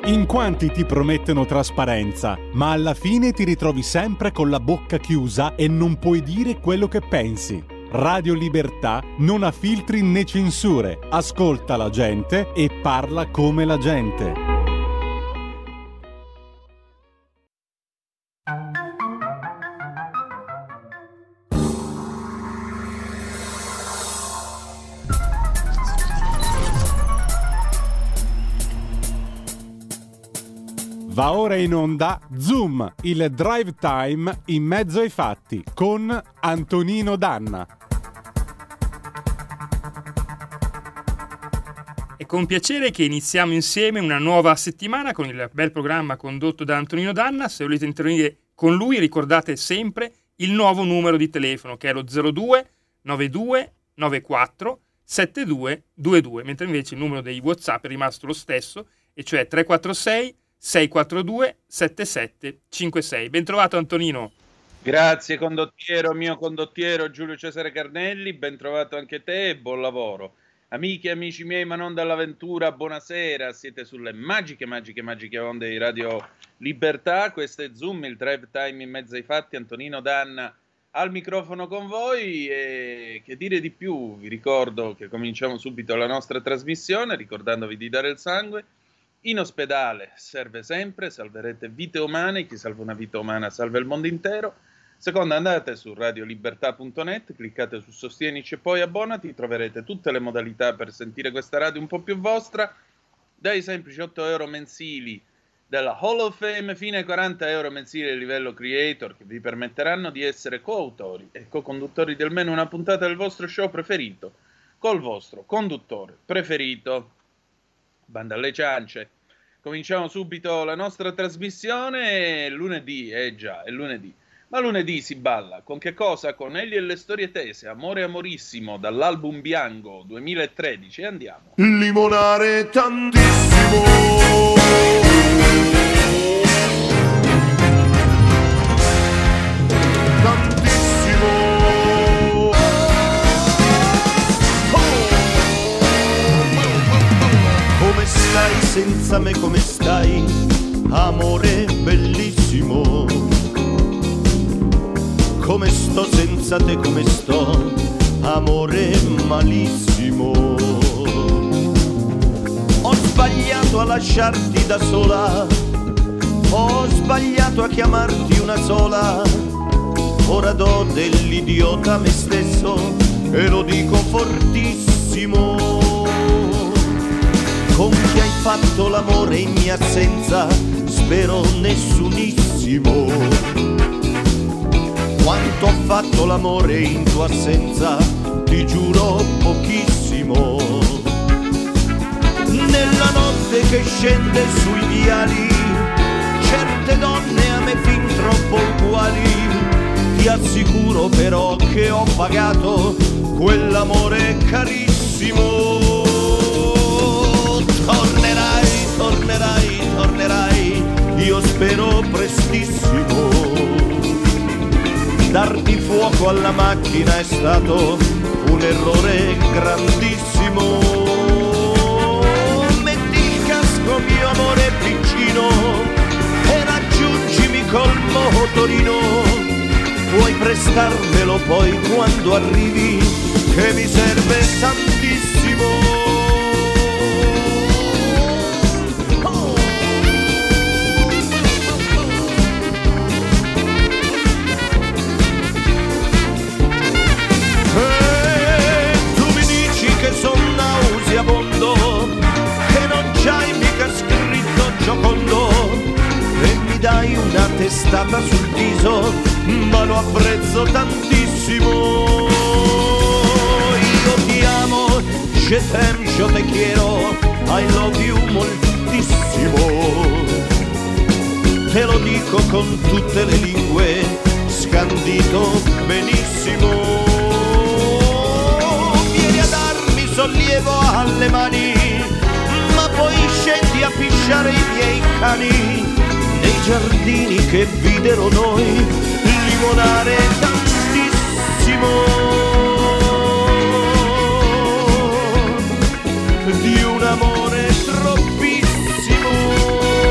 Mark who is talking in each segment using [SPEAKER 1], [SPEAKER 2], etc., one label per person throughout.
[SPEAKER 1] In quanti ti promettono trasparenza, ma alla fine ti ritrovi sempre con la bocca chiusa e non puoi dire quello che pensi. Radio Libertà non ha filtri né censure, ascolta la gente e parla come la gente. Va ora in onda Zoom, il drive time in mezzo ai fatti, con Antonino Danna.
[SPEAKER 2] È con piacere che iniziamo insieme una nuova settimana con il bel programma condotto da Antonino Danna. Se volete intervenire con lui ricordate sempre il nuovo numero di telefono, che è lo 02 92 94 7222, mentre invece il numero dei WhatsApp è rimasto lo stesso, e cioè 346 642 7756. Ben trovato Antonino.
[SPEAKER 3] Grazie condottiero, mio condottiero Giulio Cesare Carnelli, ben trovato anche te e buon lavoro. Amiche e amici miei, ma non dall'avventura, buonasera, siete sulle magiche onde di Radio Libertà. Questo è Zoom, il drive time in mezzo ai fatti. Antonino Danna al microfono con voi, e che dire di più? Vi ricordo che cominciamo subito la nostra trasmissione ricordandovi di dare il sangue. In ospedale serve sempre, salverete vite umane, chi salva una vita umana salva il mondo intero. Secondo, andate su radiolibertà.net, cliccate su Sostienici e poi abbonati, troverete tutte le modalità per sentire questa radio un po' più vostra, dai semplici 8 euro mensili della Hall of Fame fino ai 40 euro mensili a livello creator, che vi permetteranno di essere coautori e co-conduttori di almeno una puntata del vostro show preferito, col vostro conduttore preferito. Banda alle ciance. Cominciamo subito la nostra trasmissione. Lunedì, già, è lunedì. Ma lunedì si balla. Con che cosa? Con Elio e le storie tese, Amore amorissimo, dall'album Bianco 2013. Andiamo.
[SPEAKER 4] Limonare tantissimo. Come stai senza me, come stai, amore bellissimo? Come sto senza te, come sto, amore malissimo? Ho sbagliato a lasciarti da sola, ho sbagliato a chiamarti una sola. Ora do dell'idiota a me stesso e lo dico fortissimo. Con chi hai fatto l'amore in mia assenza? Spero nessunissimo. Quanto ho fatto l'amore in tua assenza? Ti giuro pochissimo. Nella notte che scende sui viali, certe donne a me fin troppo uguali. Ti assicuro però che ho pagato quell'amore carissimo. Tornerai, io spero prestissimo. Darti fuoco alla macchina è stato un errore grandissimo. Metti il casco, mio amore piccino, e raggiungimi col motorino. Puoi prestarmelo poi quando arrivi, che mi serve tantissimo. Che non c'hai mica scritto Giocondo e mi dai una testata sul viso, ma lo apprezzo tantissimo. Io ti amo, je t'aime, je te quiero, I love you moltissimo. Te lo dico con tutte le lingue, scandito benissimo. Sollievo alle mani, ma poi scendi a pisciare i miei cani nei giardini che videro noi limonare tantissimo. Di un amore troppissimo.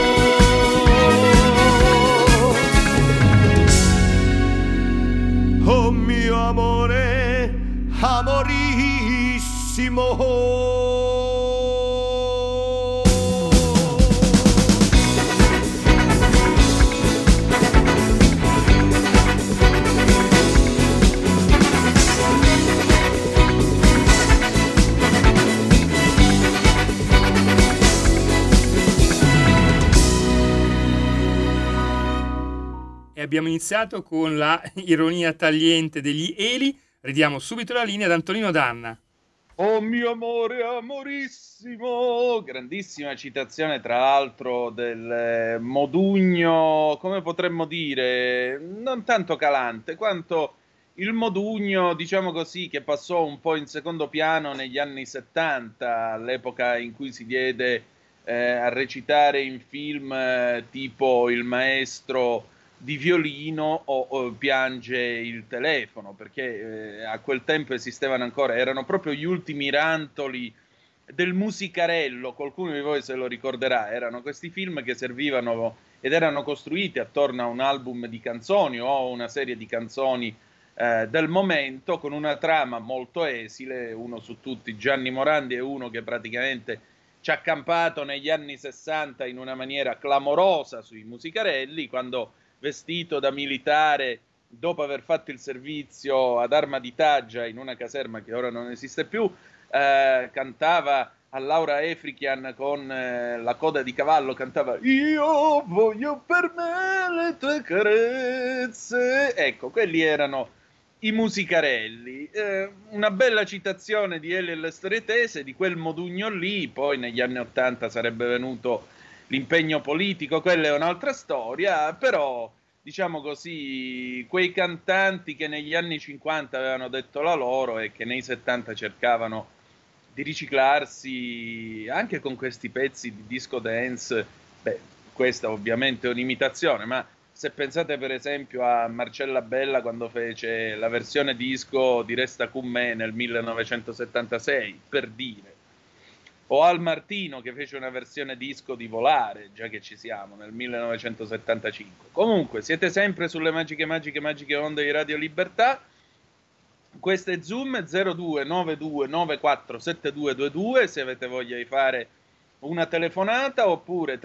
[SPEAKER 2] Abbiamo iniziato con la ironia tagliente degli Eli. Ridiamo subito la linea ad Antonino Danna.
[SPEAKER 3] Oh mio amore, amorissimo! Grandissima citazione, tra l'altro, del Modugno, come potremmo dire, non tanto calante, quanto il Modugno, diciamo così, che passò un po' in secondo piano negli anni 70, all'epoca in cui si diede a recitare in film tipo Il Maestro di violino o Piange il telefono, perché a quel tempo esistevano ancora, erano proprio gli ultimi rantoli del musicarello, qualcuno di voi se lo ricorderà, erano questi film che servivano ed erano costruiti attorno a un album di canzoni o una serie di canzoni del momento, con una trama molto esile, uno su tutti, Gianni Morandi, è uno che praticamente ci ha campato negli anni 60 in una maniera clamorosa sui musicarelli, quando vestito da militare, dopo aver fatto il servizio ad Arma di Taggia in una caserma che ora non esiste più, cantava a Laura Efrichian con la coda di cavallo, cantava "Io voglio per me le tue carezze". Ecco, quelli erano i musicarelli. Una bella citazione di Elio e le storie tese, di quel Modugno lì. Poi negli anni '80 sarebbe venuto l'impegno politico, quella è un'altra storia, però diciamo così, quei cantanti che negli anni 50 avevano detto la loro e che nei 70 cercavano di riciclarsi anche con questi pezzi di disco dance. Beh, questa ovviamente è un'imitazione, ma se pensate per esempio a Marcella Bella quando fece la versione disco di Resta con me nel 1976, per dire, o Al Martino che fece una versione disco di Volare, già che ci siamo, nel 1975. Comunque, siete sempre sulle magiche onde di Radio Libertà. Questo è Zoom 0292947222, se avete voglia di fare una telefonata, oppure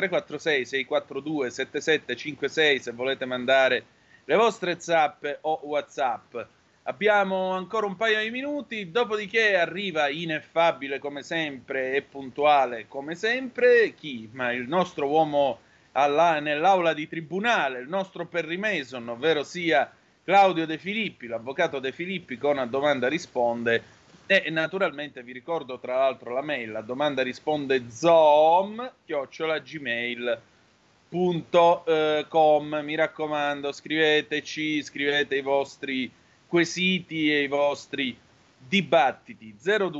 [SPEAKER 3] 346-642-7756 se volete mandare le vostre zappe o WhatsApp. Abbiamo ancora un paio di minuti, dopodiché arriva ineffabile come sempre e puntuale come sempre chi? Ma il nostro uomo nell'aula di tribunale, il nostro Perry Mason, ovvero sia Claudio De Filippi, l'avvocato De Filippi con A Domanda Risponde. E naturalmente vi ricordo tra l'altro la mail, a domanda risponde zoom@gmail.com. Mi raccomando, scriveteci, scrivete i vostri quesiti e i vostri dibattiti.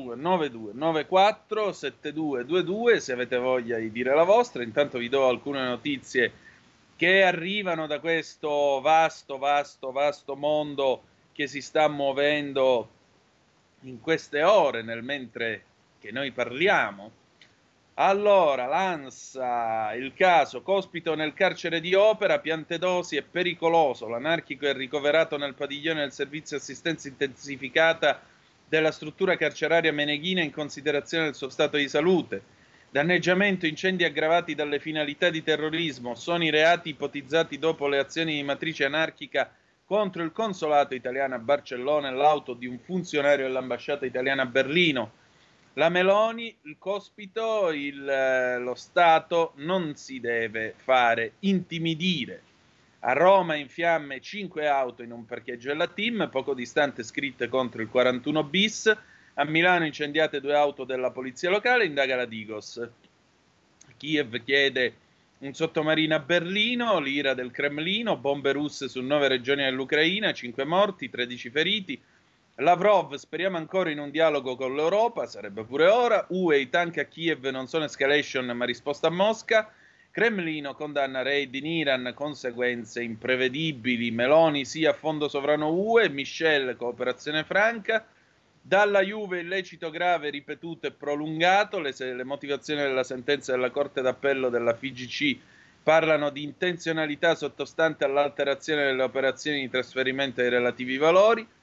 [SPEAKER 3] 0292947222 se avete voglia di dire la vostra. Intanto vi do alcune notizie che arrivano da questo vasto mondo che si sta muovendo in queste ore, nel mentre che noi parliamo. Allora, l'ANSA, il caso Cospito nel carcere di Opera, Piantedosi è pericoloso, l'anarchico è ricoverato nel padiglione del servizio assistenza intensificata della struttura carceraria Meneghina in considerazione del suo stato di salute. Danneggiamento, incendi aggravati dalle finalità di terrorismo, sono i reati ipotizzati dopo le azioni di matrice anarchica contro il consolato italiano a Barcellona e l'auto di un funzionario dell'ambasciata italiana a Berlino. La Meloni, il Cospito, lo Stato non si deve fare intimidire. A Roma in fiamme 5 auto in un parcheggio della TIM, poco distante scritte contro il 41 bis. A Milano incendiate 2 auto della polizia locale, indaga la Digos. Kiev chiede un sottomarino a Berlino, l'ira del Cremlino, bombe russe su 9 regioni dell'Ucraina, 5 morti, 13 feriti. Lavrov, speriamo ancora in un dialogo con l'Europa, sarebbe pure ora. UE, i tank a Kiev non sono escalation ma risposta a Mosca. Cremlino condanna raid in Iran, conseguenze imprevedibili. Meloni sì a fondo sovrano UE, Michel cooperazione franca. Dalla Juve illecito grave ripetuto e prolungato, le motivazioni della sentenza della Corte d'Appello della FIGC parlano di intenzionalità sottostante all'alterazione delle operazioni di trasferimento dei relativi valori.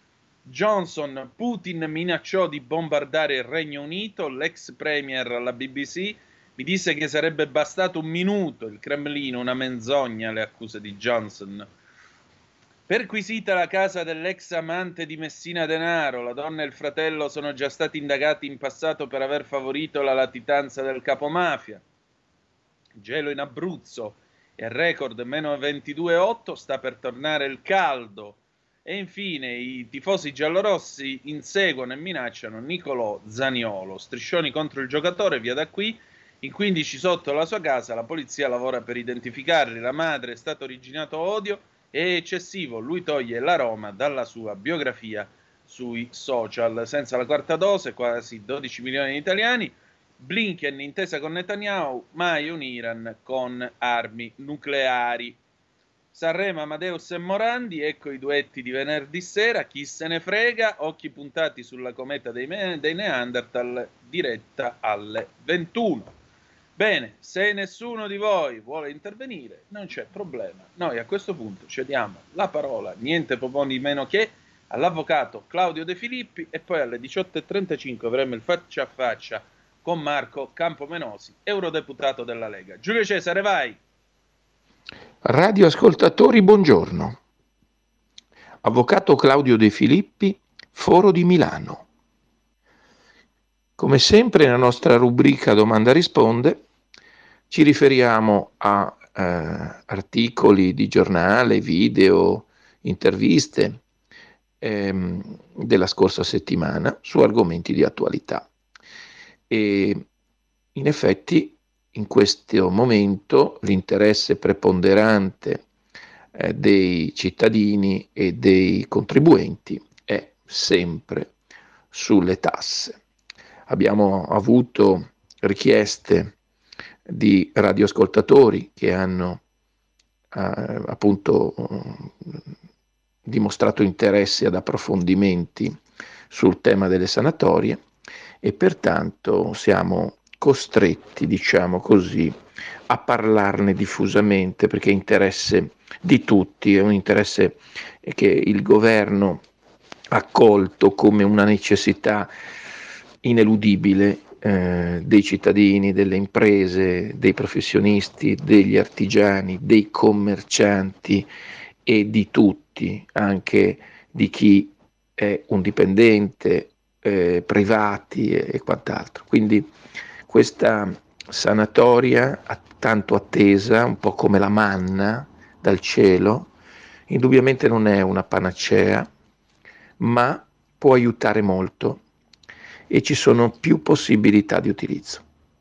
[SPEAKER 3] Johnson, Putin minacciò di bombardare il Regno Unito, l'ex premier alla BBC mi disse che sarebbe bastato un minuto, il Cremlino, una menzogna, le accuse di Johnson. Perquisita la casa dell'ex amante di Messina Denaro, la donna e il fratello sono già stati indagati in passato per aver favorito la latitanza del capomafia. Gelo in Abruzzo e record meno 22,8, sta per tornare il caldo. E infine i tifosi giallorossi inseguono e minacciano Nicolò Zaniolo, striscioni contro il giocatore, via da qui. In 15 sotto la sua casa, la polizia lavora per identificarli, la madre è stato originato odio, è eccessivo, lui toglie la Roma dalla sua biografia sui social. Senza la quarta dose, quasi 12 milioni di italiani. Blinken intesa con Netanyahu, mai un Iran con armi nucleari. Sanremo, Amadeus e Morandi, ecco i duetti di venerdì sera, chi se ne frega, occhi puntati sulla cometa dei Neanderthal, diretta alle 21. Bene, se nessuno di voi vuole intervenire, non c'è problema. Noi a questo punto cediamo la parola, niente po' di meno che, all'avvocato Claudio De Filippi e poi alle 18.35 avremo il faccia a faccia con Marco Campomenosi, eurodeputato della Lega. Giulio Cesare, vai!
[SPEAKER 5] Radioascoltatori, buongiorno. Avvocato Claudio De Filippi, Foro di Milano. Come sempre nella nostra rubrica Domanda Risponde ci riferiamo a articoli di giornale, video, interviste della scorsa settimana su argomenti di attualità. E in effetti in questo momento l'interesse preponderante dei cittadini e dei contribuenti è sempre sulle tasse. Abbiamo avuto richieste di radioascoltatori che hanno appunto dimostrato interesse ad approfondimenti sul tema delle sanatorie e pertanto siamo costretti, diciamo così, a parlarne diffusamente perché è interesse di tutti, è un interesse che il governo ha colto come una necessità ineludibile dei cittadini, delle imprese, dei professionisti, degli artigiani, dei commercianti e di tutti, anche di chi è un dipendente, privati e quant'altro. Quindi questa sanatoria tanto attesa, un po' come la manna dal cielo, indubbiamente non è una panacea, ma può aiutare molto e ci sono più possibilità di utilizzo.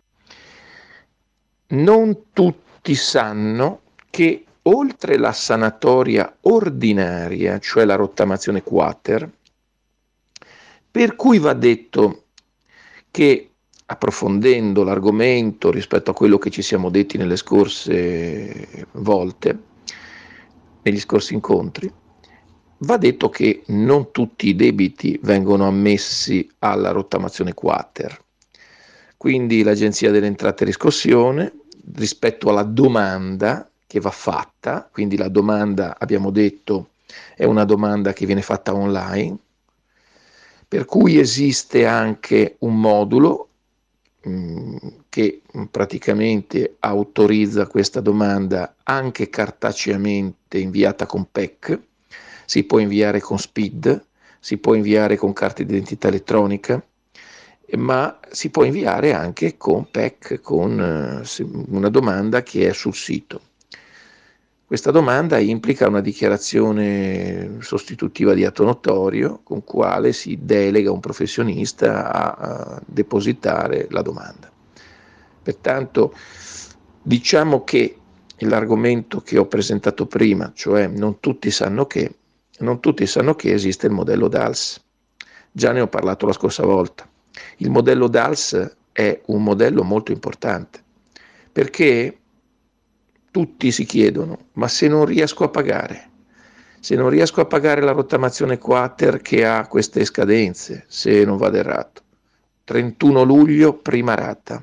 [SPEAKER 5] Non tutti sanno che oltre la sanatoria ordinaria, cioè la rottamazione quater, per cui va detto che, approfondendo l'argomento rispetto a quello che ci siamo detti nelle scorse volte, negli scorsi incontri, va detto che non tutti i debiti vengono ammessi alla rottamazione quater. Quindi l'Agenzia delle Entrate e Riscossione, rispetto alla domanda che va fatta, quindi la domanda, abbiamo detto, è una domanda che viene fatta online, per cui esiste anche un modulo che praticamente autorizza questa domanda anche cartaceamente inviata con PEC, si può inviare con SPID, si può inviare con carta d'identità elettronica, ma si può inviare anche con PEC, con una domanda che è sul sito. Questa domanda implica una dichiarazione sostitutiva di atto notorio con quale si delega un professionista a depositare la domanda. Pertanto diciamo che l'argomento che ho presentato prima, cioè non tutti sanno che esiste il modello DALS. Già ne ho parlato la scorsa volta. Il modello DALS è un modello molto importante perché tutti si chiedono, ma se non riesco a pagare la rottamazione quater che ha queste scadenze, se non vado errato, 31 luglio prima rata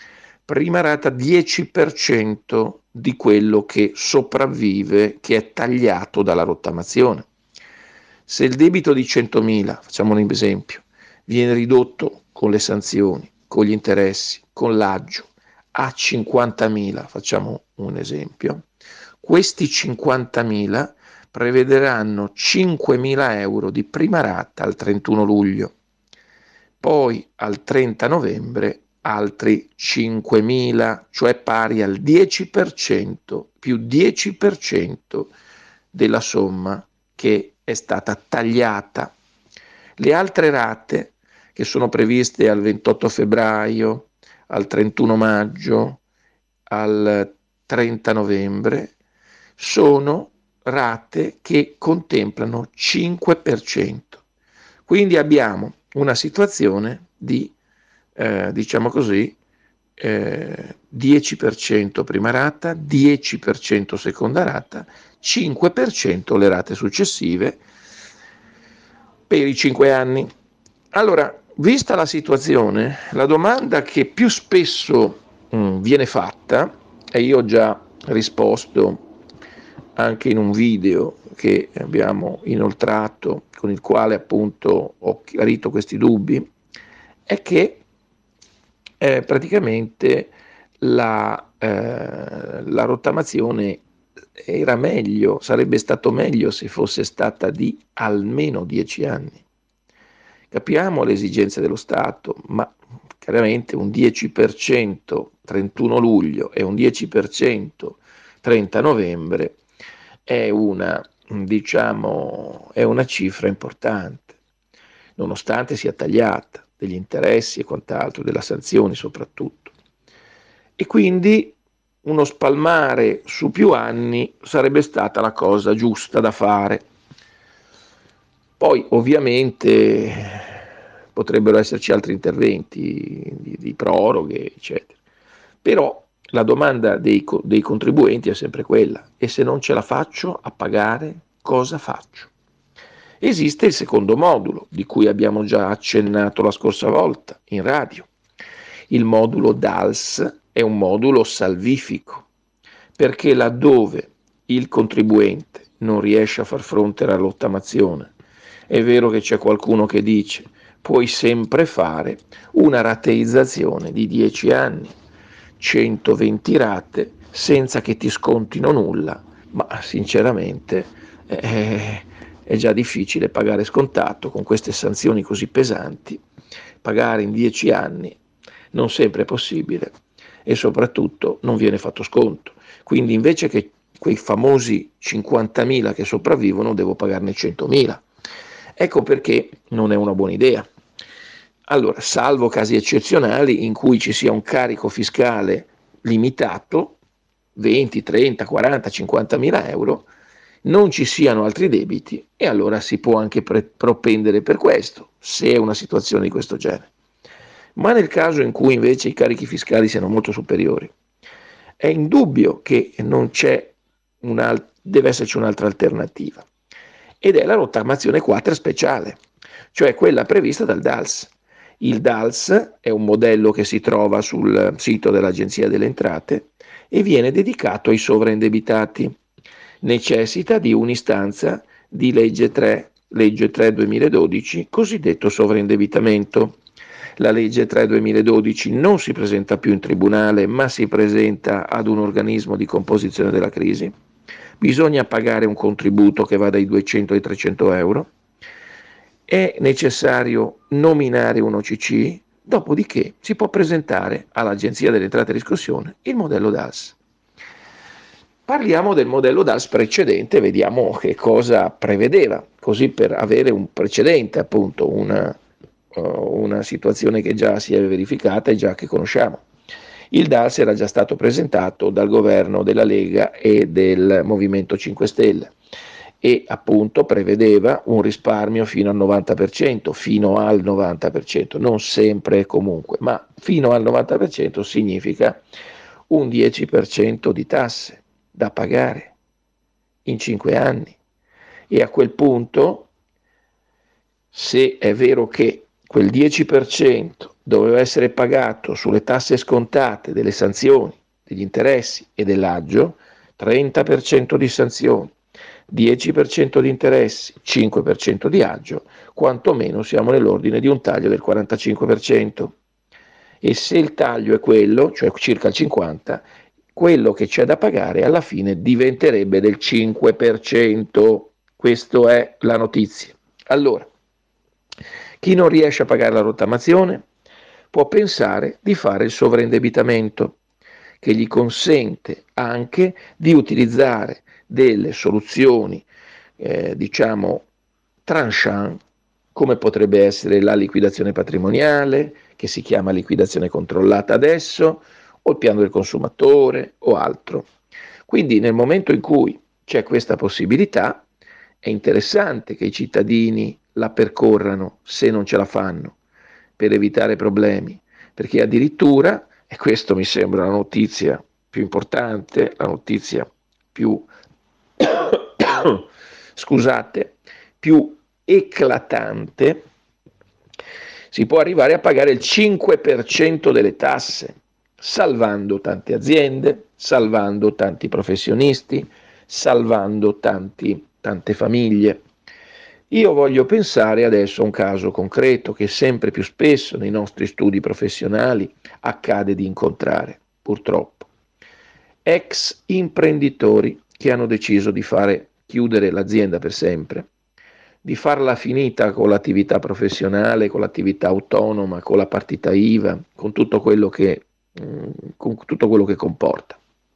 [SPEAKER 5] 10% di quello che sopravvive, che è tagliato dalla rottamazione. Se il debito di 100.000, facciamo un esempio, viene ridotto con le sanzioni, con gli interessi, con l'aggio a 50.000, facciamo un esempio, questi 50.000 prevederanno 5.000 euro di prima rata al 31 luglio, poi al 30 novembre altri 5.000, cioè pari al 10% più 10% della somma che è stata tagliata. Le altre rate che sono previste al 28 febbraio, al 31 maggio, al 30 novembre, sono rate che contemplano 5%. Quindi abbiamo una situazione di, diciamo così, 10% prima rata, 10% seconda rata, 5% le rate successive per i 5 anni. Allora, vista la situazione, la domanda che più spesso viene fatta, e io ho già risposto anche in un video che abbiamo inoltrato, con il quale appunto ho chiarito questi dubbi, è che praticamente la rottamazione era meglio, sarebbe stato meglio se fosse stata di almeno 10 anni. Capiamo le esigenze dello Stato, ma chiaramente un 10% 31 luglio e un 10% 30 novembre è una cifra importante, nonostante sia tagliata, degli interessi e quant'altro, delle sanzioni soprattutto. E quindi uno spalmare su più anni sarebbe stata la cosa giusta da fare. Poi ovviamente potrebbero esserci altri interventi di proroghe, eccetera. Però la domanda dei contribuenti è sempre quella: e se non ce la faccio a pagare, cosa faccio? Esiste il secondo modulo, di cui abbiamo già accennato la scorsa volta in radio. Il modulo DALS è un modulo salvifico, perché laddove il contribuente non riesce a far fronte alla rottamazione, è vero che c'è qualcuno che dice: puoi sempre fare una rateizzazione di 10 anni, 120 rate, senza che ti scontino nulla, ma sinceramente è già difficile pagare scontato con queste sanzioni così pesanti. Pagare in 10 anni non sempre è possibile e soprattutto non viene fatto sconto. Quindi invece che quei famosi 50.000 che sopravvivono, devo pagarne 100.000. Ecco perché non è una buona idea. Allora, salvo casi eccezionali in cui ci sia un carico fiscale limitato, 20, 30, 40, 50.000 euro, non ci siano altri debiti e allora si può anche propendere per questo, se è una situazione di questo genere. Ma nel caso in cui invece i carichi fiscali siano molto superiori, è indubbio che non c'è deve esserci un'altra alternativa, ed è la rottamazione quater speciale, cioè quella prevista dal DALS. Il DALS è un modello che si trova sul sito dell'Agenzia delle Entrate e viene dedicato ai sovraindebitati. Necessita di un'istanza di legge 3 2012, cosiddetto sovraindebitamento. La legge 3 2012 non si presenta più in tribunale, ma si presenta ad un organismo di composizione della crisi. Bisogna pagare un contributo che va dai 200 ai 300 euro. È necessario nominare un OCC, dopodiché si può presentare all'Agenzia delle Entrate e Riscossione il modello DALS. Parliamo del modello DALS precedente, vediamo che cosa prevedeva, così per avere un precedente, appunto, una situazione che già si è verificata e già che conosciamo. Il DALS era già stato presentato dal governo della Lega e del Movimento 5 Stelle e appunto prevedeva un risparmio fino al 90%, non sempre e comunque, ma fino al 90% significa un 10% di tasse da pagare in 5 anni. E a quel punto, se è vero che quel 10% doveva essere pagato sulle tasse scontate delle sanzioni, degli interessi e dell'aggio, 30% di sanzioni, 10% di interessi, 5% di aggio, quantomeno siamo nell'ordine di un taglio del 45%. E se il taglio è quello, cioè circa il 50%, quello che c'è da pagare alla fine diventerebbe del 5%. Questa è la notizia. Allora, chi non riesce a pagare la rottamazione può pensare di fare il sovraindebitamento, che gli consente anche di utilizzare delle soluzioni, tranchant, come potrebbe essere la liquidazione patrimoniale, che si chiama liquidazione controllata adesso, o il piano del consumatore o altro. Quindi nel momento in cui c'è questa possibilità, è interessante che i cittadini la percorrano se non ce la fanno, per evitare problemi, perché addirittura, e questo mi sembra la notizia più importante, la notizia più più eclatante, si può arrivare a pagare il 5% delle tasse, salvando tante aziende, salvando tanti professionisti, salvando tante famiglie. Io voglio pensare adesso a un caso concreto che sempre più spesso nei nostri studi professionali accade di incontrare, purtroppo. Ex imprenditori che hanno deciso di chiudere l'azienda per sempre, di farla finita con l'attività professionale, con l'attività autonoma, con la partita IVA, con tutto quello che comporta,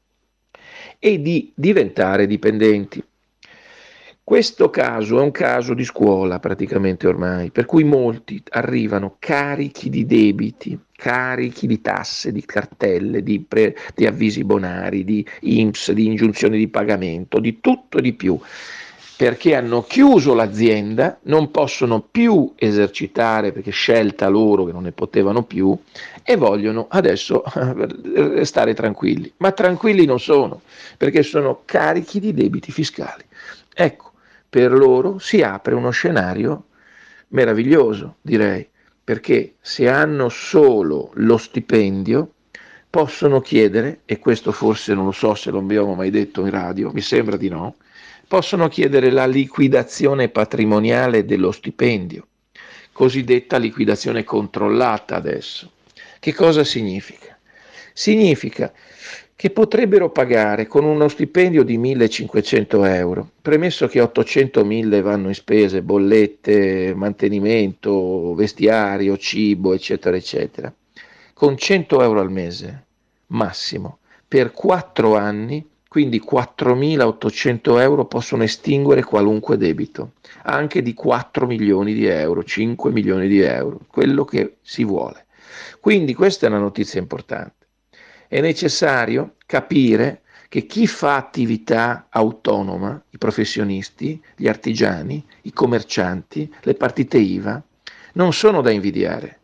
[SPEAKER 5] e di diventare dipendenti. Questo caso è un caso di scuola praticamente ormai, per cui molti arrivano carichi di debiti, carichi di tasse, di cartelle, di avvisi bonari, di INPS, di ingiunzioni di pagamento, di tutto e di più, perché hanno chiuso l'azienda, non possono più esercitare perché scelta loro che non ne potevano più, e vogliono adesso stare tranquilli. Ma tranquilli non sono, perché sono carichi di debiti fiscali. Ecco, per loro si apre uno scenario meraviglioso, direi, perché se hanno solo lo stipendio possono chiedere, e questo forse non lo so se lo abbiamo mai detto in radio, mi sembra di no, possono chiedere la liquidazione patrimoniale dello stipendio, cosiddetta liquidazione controllata adesso. Che cosa significa? Significa che potrebbero pagare con uno stipendio di 1.500 euro, premesso che 800.000 vanno in spese, bollette, mantenimento, vestiario, cibo, eccetera, eccetera, con 100 euro al mese, massimo, per 4 anni, quindi 4.800 euro possono estinguere qualunque debito, anche di 4 milioni di euro, 5 milioni di euro, quello che si vuole. Quindi questa è una notizia importante. È necessario capire che chi fa attività autonoma, i professionisti, gli artigiani, i commercianti, le partite IVA, non sono da invidiare.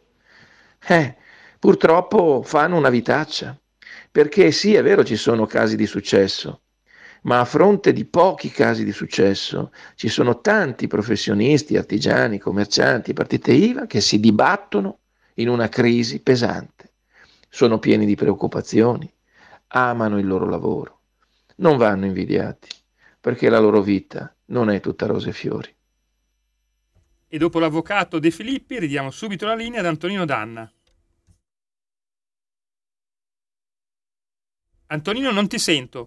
[SPEAKER 5] Purtroppo fanno una vitaccia, perché sì, è vero, ci sono casi di successo, ma a fronte di pochi casi di successo ci sono tanti professionisti, artigiani, commercianti, partite IVA che si dibattono in una crisi pesante. Sono pieni di preoccupazioni, amano il loro lavoro, non vanno invidiati, perché la loro vita non è tutta rose e fiori.
[SPEAKER 2] E dopo l'avvocato De Filippi ridiamo subito la linea ad Antonino Danna. Antonino, non ti sento.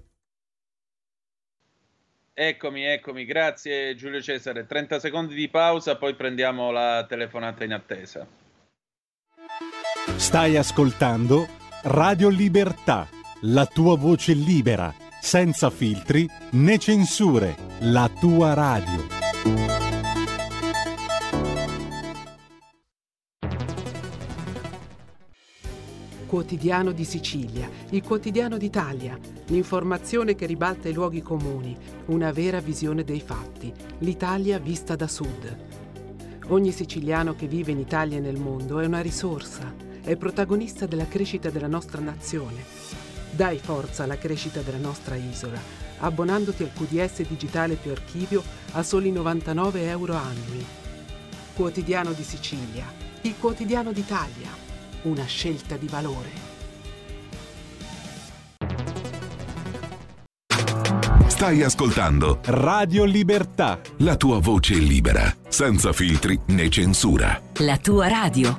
[SPEAKER 3] Eccomi, grazie Giulio Cesare. 30 secondi di pausa, poi prendiamo la telefonata in attesa.
[SPEAKER 1] Stai ascoltando Radio Libertà, la tua voce libera, senza filtri né censure, la tua radio.
[SPEAKER 6] Quotidiano di Sicilia, il quotidiano d'Italia, l'informazione che ribalta i luoghi comuni, una vera visione dei fatti, l'Italia vista da sud. Ogni siciliano che vive in Italia e nel mondo è una risorsa, è protagonista della crescita della nostra nazione. Dai forza alla crescita della nostra isola, abbonandoti al QDS digitale più archivio a soli 99 euro annui. Quotidiano di Sicilia, il quotidiano d'Italia, una scelta di valore.
[SPEAKER 7] Stai ascoltando
[SPEAKER 1] Radio Libertà.
[SPEAKER 7] la tua voce libera, senza filtri né censura.
[SPEAKER 8] La tua radio.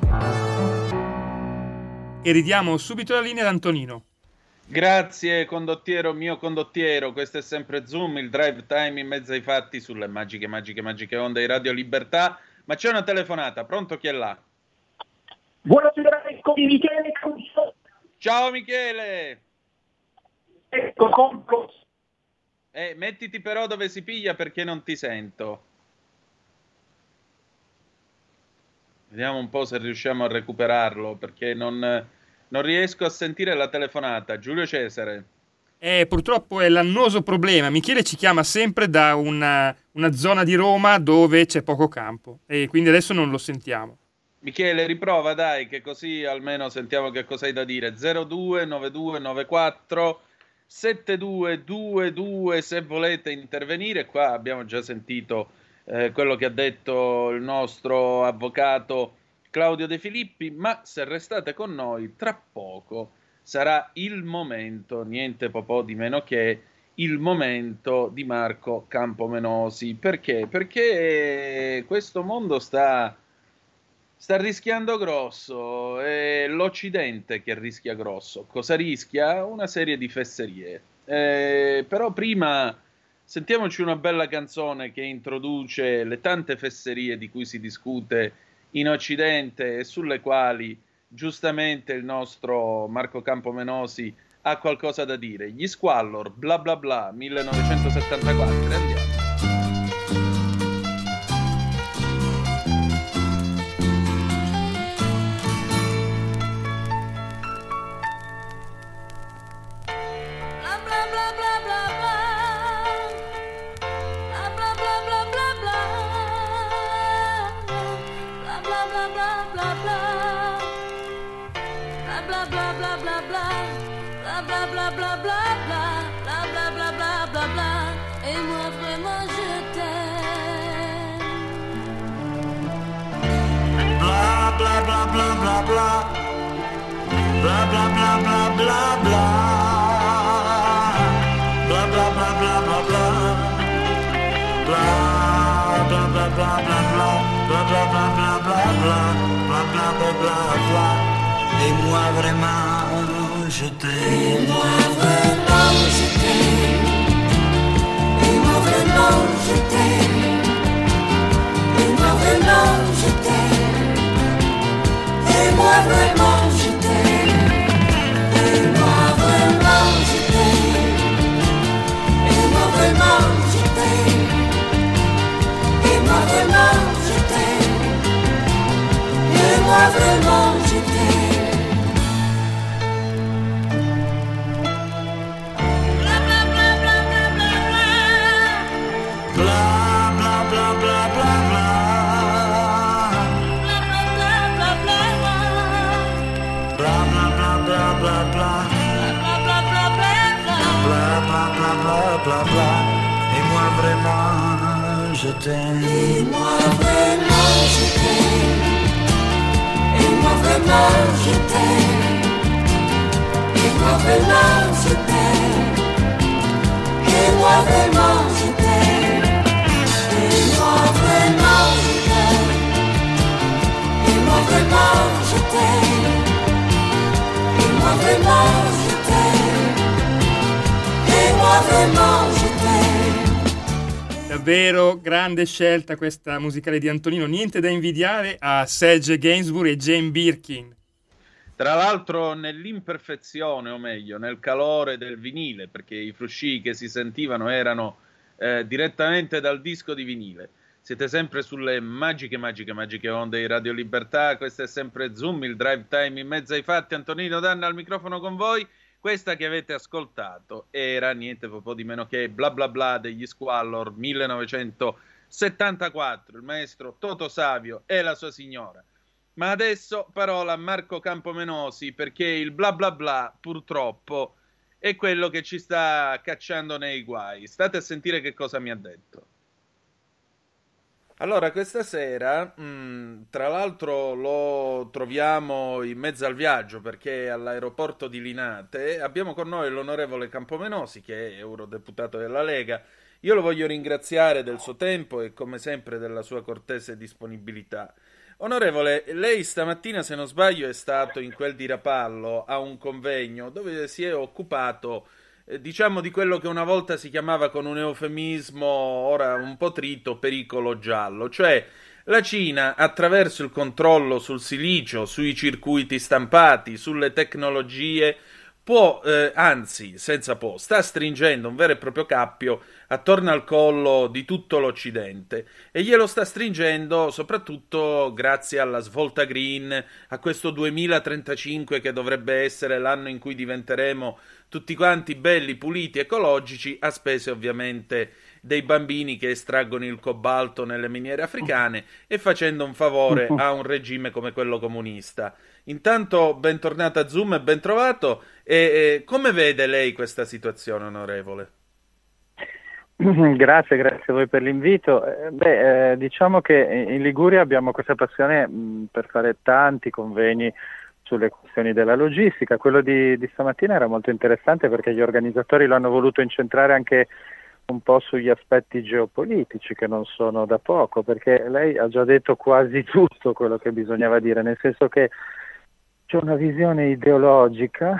[SPEAKER 2] E ridiamo subito la linea ad Antonino.
[SPEAKER 3] Grazie condottiero, mio condottiero, questo è sempre Zoom, il drive time in mezzo ai fatti sulle magiche onde di Radio Libertà. Ma c'è una telefonata, pronto, chi è là?
[SPEAKER 9] Buonasera, ecco di Michele Caruso.
[SPEAKER 3] Ciao Michele!
[SPEAKER 9] Ecco, compro.
[SPEAKER 3] Mettiti però dove si piglia perché non ti sento. Vediamo un po' se riusciamo a recuperarlo, perché non riesco a sentire la telefonata. Giulio Cesare.
[SPEAKER 2] Purtroppo è l'annoso problema. Michele ci chiama sempre da una zona di Roma dove c'è poco campo e quindi adesso non lo sentiamo.
[SPEAKER 3] Michele, riprova dai, che così almeno sentiamo che cosa hai da dire. 029294 7222 se volete intervenire. Qua abbiamo già sentito quello che ha detto il nostro avvocato Claudio De Filippi, ma se restate con noi tra poco sarà il momento, niente po' di meno che il momento di Marco Campomenosi. Perché? Perché questo mondo sta rischiando grosso, è l'Occidente che rischia grosso. Cosa rischia? Una serie di fesserie. Però prima sentiamoci una bella canzone che introduce le tante fesserie di cui si discute in Occidente e sulle quali giustamente il nostro Marco Campomenosi ha qualcosa da dire. Gli Squallor, bla bla bla, 1974. Andiamo.
[SPEAKER 10] Et moi vraiment je t'aime. Et moi vraiment je t'aime. Et moi vraiment je t'aime. Et moi vraiment je t'aime. Et moi vraiment je t'aime. Et moi vraiment je t'aime. Et moi vraiment je t'aime. Et moi vraiment je t'aime. Et moi vraiment je t'aime. Bla bla, et moi vraiment je t'aime. Et moi vraiment je t'aime. Et moi vraiment je t'aime. Et moi vraiment je t'aime. Et moi vraiment je t'aime. Et moi vraiment je t'aime. Et moi vraiment je t'aime. Et moi vraiment je t'aime. Et moi vraiment je t'aime.
[SPEAKER 2] Davvero grande scelta questa musicale di Antonino, niente da invidiare a Serge Gainsbourg e Jane Birkin.
[SPEAKER 3] Tra l'altro nell'imperfezione, o meglio, nel calore del vinile, perché i frusci che si sentivano erano direttamente dal disco di vinile. Siete sempre sulle magiche onde di Radio Libertà, questo è sempre Zoom, il drive time in mezzo ai fatti. Antonino Danna al microfono con voi. Questa che avete ascoltato era niente po' di meno che Bla Bla Bla degli Squallor 1974, il maestro Toto Savio e la sua signora. Ma adesso parola a Marco Campomenosi, perché il bla bla bla purtroppo è quello che ci sta cacciando nei guai. State a sentire che cosa mi ha detto. Allora, questa sera, tra l'altro lo troviamo in mezzo al viaggio perché all'aeroporto di Linate abbiamo con noi l'onorevole Campomenosi, che è eurodeputato della Lega. Io lo voglio ringraziare del suo tempo e come sempre della sua cortese disponibilità. Onorevole, lei stamattina, se non sbaglio, è stato in quel di Rapallo a un convegno dove si è occupato, diciamo, di quello che una volta si chiamava con un eufemismo, ora un po' trito, pericolo giallo, cioè la Cina, attraverso il controllo sul silicio, sui circuiti stampati, sulle tecnologie, può, anzi, senza può, sta stringendo un vero e proprio cappio attorno al collo di tutto l'Occidente e glielo sta stringendo soprattutto grazie alla svolta green, a questo 2035 che dovrebbe essere l'anno in cui diventeremo tutti quanti belli, puliti, ecologici, a spese ovviamente dei bambini che estraggono il cobalto nelle miniere africane e facendo un favore a un regime come quello comunista. Intanto bentornata a Zoom e ben trovato. Come vede lei questa situazione, onorevole?
[SPEAKER 8] Grazie a voi per l'invito. Diciamo che in Liguria abbiamo questa passione per fare tanti convegni sulle questioni della logistica. Quello di stamattina era molto interessante perché gli organizzatori lo hanno voluto incentrare anche un po' sugli aspetti geopolitici, che non sono da poco, perché lei ha già detto quasi tutto quello che bisognava dire, nel senso che c'è una visione ideologica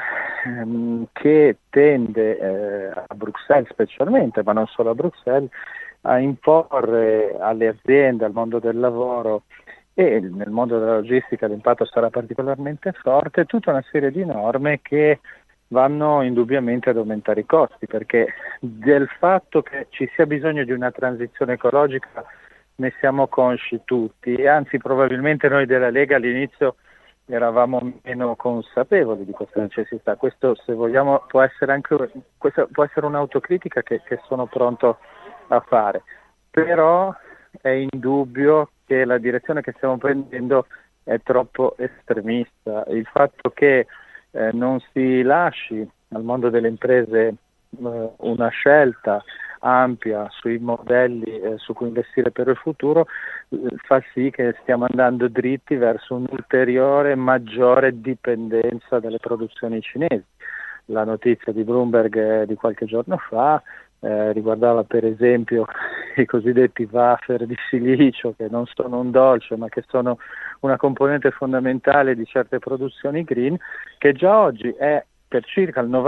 [SPEAKER 8] che tende a Bruxelles specialmente, ma non solo a Bruxelles, a imporre alle aziende, al mondo del lavoro e nel mondo della logistica l'impatto sarà particolarmente forte, tutta una serie di norme che vanno indubbiamente ad aumentare i costi, perché del fatto che ci sia bisogno di una transizione ecologica ne siamo consci tutti, e anzi probabilmente noi della Lega all'inizio eravamo meno consapevoli di questa necessità. Questo, se vogliamo, può essere anche un'autocritica che sono pronto a fare, però è indubbio che la direzione che stiamo prendendo è troppo estremista. Il fatto che non si lasci al mondo delle imprese una scelta ampia sui modelli su cui investire per il futuro fa sì che stiamo andando dritti verso un'ulteriore maggiore dipendenza dalle produzioni cinesi. La notizia di Bloomberg di qualche giorno fa riguardava per esempio i cosiddetti wafer di silicio, che non sono un dolce ma che sono una componente fondamentale di certe produzioni green, che già oggi è per circa il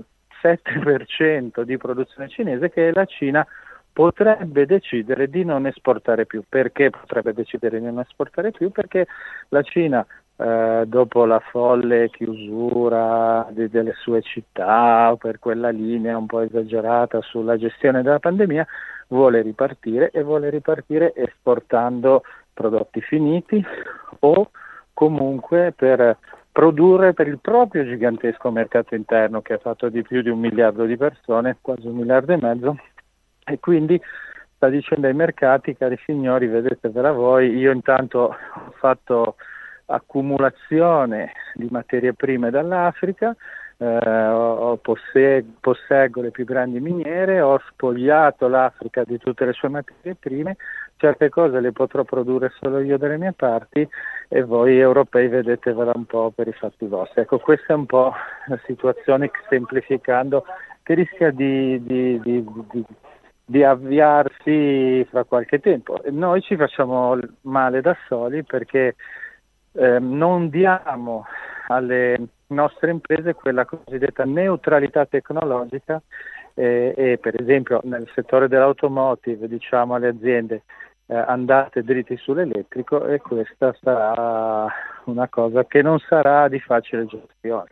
[SPEAKER 8] 97% di produzione cinese, che la Cina potrebbe decidere di non esportare più. Perché potrebbe decidere di non esportare più? Perché la Cina dopo la folle chiusura delle sue città, per quella linea un po' esagerata sulla gestione della pandemia, vuole ripartire esportando prodotti finiti o comunque per produrre per il proprio gigantesco mercato interno, che è fatto di più di 1 miliardo di persone, quasi 1,5 miliardi, e quindi sta dicendo ai mercati: cari signori, vedete per voi, io intanto ho fatto accumulazione di materie prime dall'Africa, posseggo le più grandi miniere, ho spogliato l'Africa di tutte le sue materie prime, certe cose le potrò produrre solo io dalle mie parti e voi europei vedetevela un po' per i fatti vostri. Ecco, questa è un po' la situazione, semplificando, che rischia di avviarsi fra qualche tempo. Noi ci facciamo male da soli perché non diamo alle nostre imprese quella cosiddetta neutralità tecnologica e per esempio nel settore dell'automotive diciamo alle aziende andate dritti sull'elettrico, e questa sarà una cosa che non sarà di facile gestione.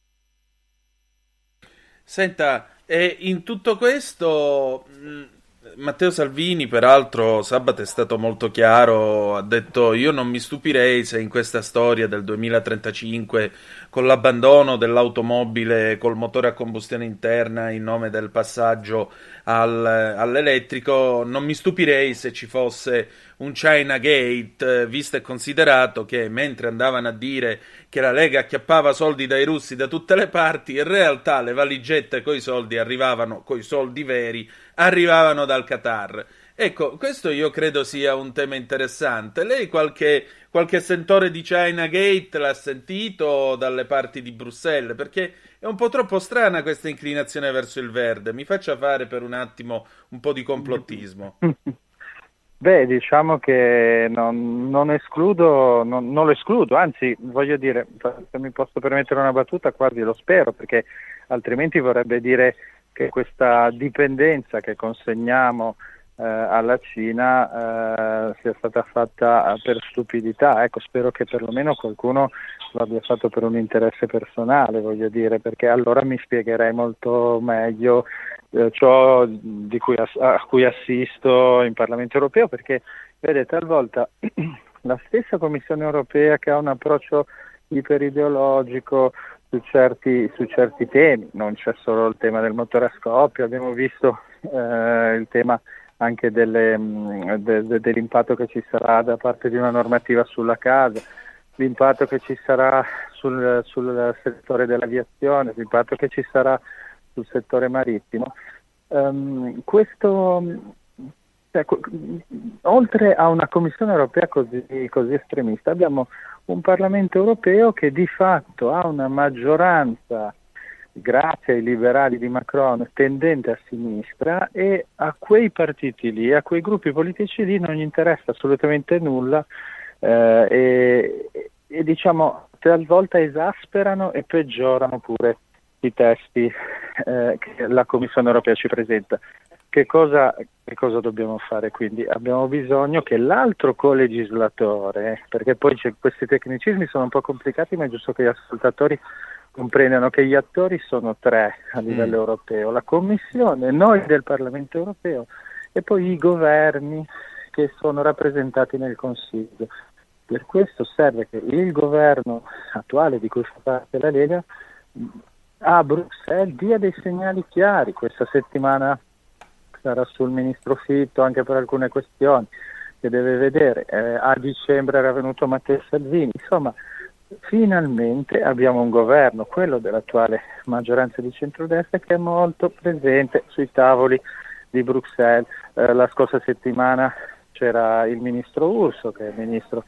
[SPEAKER 3] Senta, in tutto questo Matteo Salvini, peraltro, sabato è stato molto chiaro, ha detto: io non mi stupirei se in questa storia del 2035, con l'abbandono dell'automobile col motore a combustione interna in nome del passaggio all'elettrico, non mi stupirei se ci fosse un China Gate, visto e considerato che mentre andavano a dire che la Lega acchiappava soldi dai russi da tutte le parti, in realtà le valigette coi soldi arrivavano, coi soldi veri, arrivavano dal Qatar. Ecco, questo io credo sia un tema interessante. Lei qualche sentore di China Gate l'ha sentito dalle parti di Bruxelles? Perché è un po' troppo strana questa inclinazione verso il verde. Mi faccia fare per un attimo un po' di complottismo.
[SPEAKER 8] Beh, diciamo che non lo escludo, anzi, voglio dire, se mi posso permettere una battuta, quasi lo spero, perché altrimenti vorrebbe dire che questa dipendenza che consegniamo alla Cina sia stata fatta per stupidità. Ecco, spero che perlomeno qualcuno lo abbia fatto per un interesse personale, voglio dire, perché allora mi spiegherei molto meglio ciò a cui assisto in Parlamento europeo, perché vedete, talvolta la stessa Commissione europea, che ha un approccio iperideologico su certi temi, non c'è solo il tema del motore a scoppio, abbiamo visto il tema anche dell'impatto che ci sarà da parte di una normativa sulla casa, l'impatto che ci sarà sul settore dell'aviazione, l'impatto che ci sarà sul settore marittimo. Oltre a una Commissione europea così estremista, abbiamo un Parlamento europeo che di fatto ha una maggioranza, grazie ai liberali di Macron, tendente a sinistra, e a quei partiti lì, a quei gruppi politici lì non gli interessa assolutamente nulla e diciamo talvolta esasperano e peggiorano pure i testi che la Commissione europea ci presenta. Che cosa dobbiamo fare quindi? Abbiamo bisogno che l'altro colegislatore, perché poi questi tecnicismi sono un po' complicati, ma è giusto che gli ascoltatori comprendano che gli attori sono tre a livello europeo: la Commissione, noi del Parlamento europeo e poi i governi che sono rappresentati nel Consiglio. Per questo serve che il governo attuale, di cui fa parte la Lega, a Bruxelles dia dei segnali chiari. Questa settimana sarà sul ministro Fitto anche per alcune questioni che deve vedere. A dicembre era venuto Matteo Salvini. Insomma, finalmente abbiamo un governo, quello dell'attuale maggioranza di centrodestra, che è molto presente sui tavoli di Bruxelles. La scorsa settimana c'era il ministro Urso, che è il ministro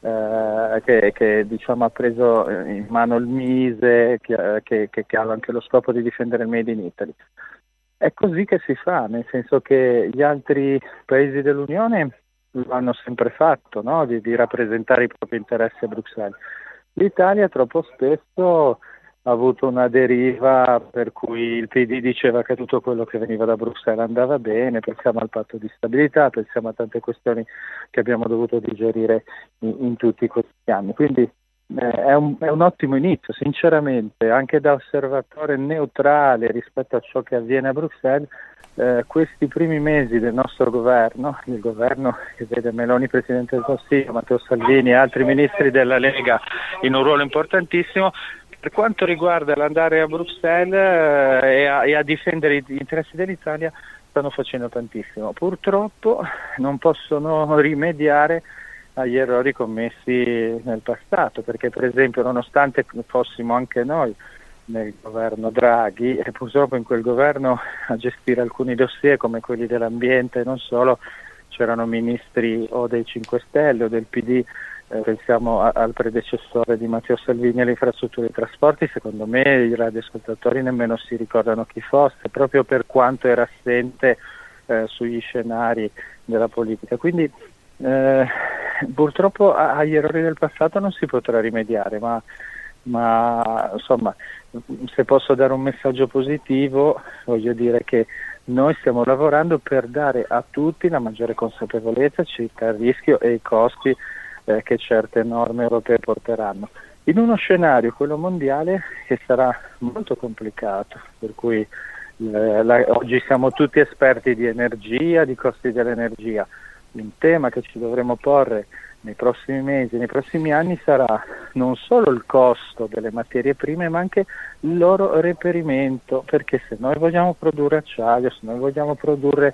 [SPEAKER 8] che diciamo ha preso in mano il Mise, che ha anche lo scopo di difendere il Made in Italy. È così che si fa, nel senso che gli altri paesi dell'Unione lo hanno sempre fatto, no? di rappresentare i propri interessi a Bruxelles. L'Italia troppo spesso ha avuto una deriva per cui il PD diceva che tutto quello che veniva da Bruxelles andava bene. Pensiamo al patto di stabilità, pensiamo a tante questioni che abbiamo dovuto digerire in tutti questi anni. Quindi è un ottimo inizio, sinceramente, anche da osservatore neutrale rispetto a ciò che avviene a Bruxelles. Questi primi mesi del nostro governo, il governo che vede Meloni Presidente del Consiglio, Matteo Salvini e altri ministri della Lega in un ruolo importantissimo, per quanto riguarda l'andare a Bruxelles e a difendere gli interessi dell'Italia, stanno facendo tantissimo. Purtroppo non possono rimediare agli errori commessi nel passato, perché per esempio, nonostante fossimo anche noi nel governo Draghi, e purtroppo in quel governo a gestire alcuni dossier come quelli dell'ambiente e non solo c'erano ministri o dei 5 Stelle o del PD, pensiamo al predecessore di Matteo Salvini alle infrastrutture e trasporti. Secondo me i radioascoltatori nemmeno si ricordano chi fosse, proprio per quanto era assente sugli scenari della politica. Quindi purtroppo agli errori del passato non si potrà rimediare, ma insomma, se posso dare un messaggio positivo, voglio dire che noi stiamo lavorando per dare a tutti la maggiore consapevolezza circa il rischio e i costi che certe norme europee porteranno, in uno scenario, quello mondiale, che sarà molto complicato, per cui oggi siamo tutti esperti di energia, di costi dell'energia. Un tema che ci dovremo porre nei prossimi mesi, nei prossimi anni, sarà non solo il costo delle materie prime, ma anche il loro reperimento, perché se noi vogliamo produrre acciaio, se noi vogliamo produrre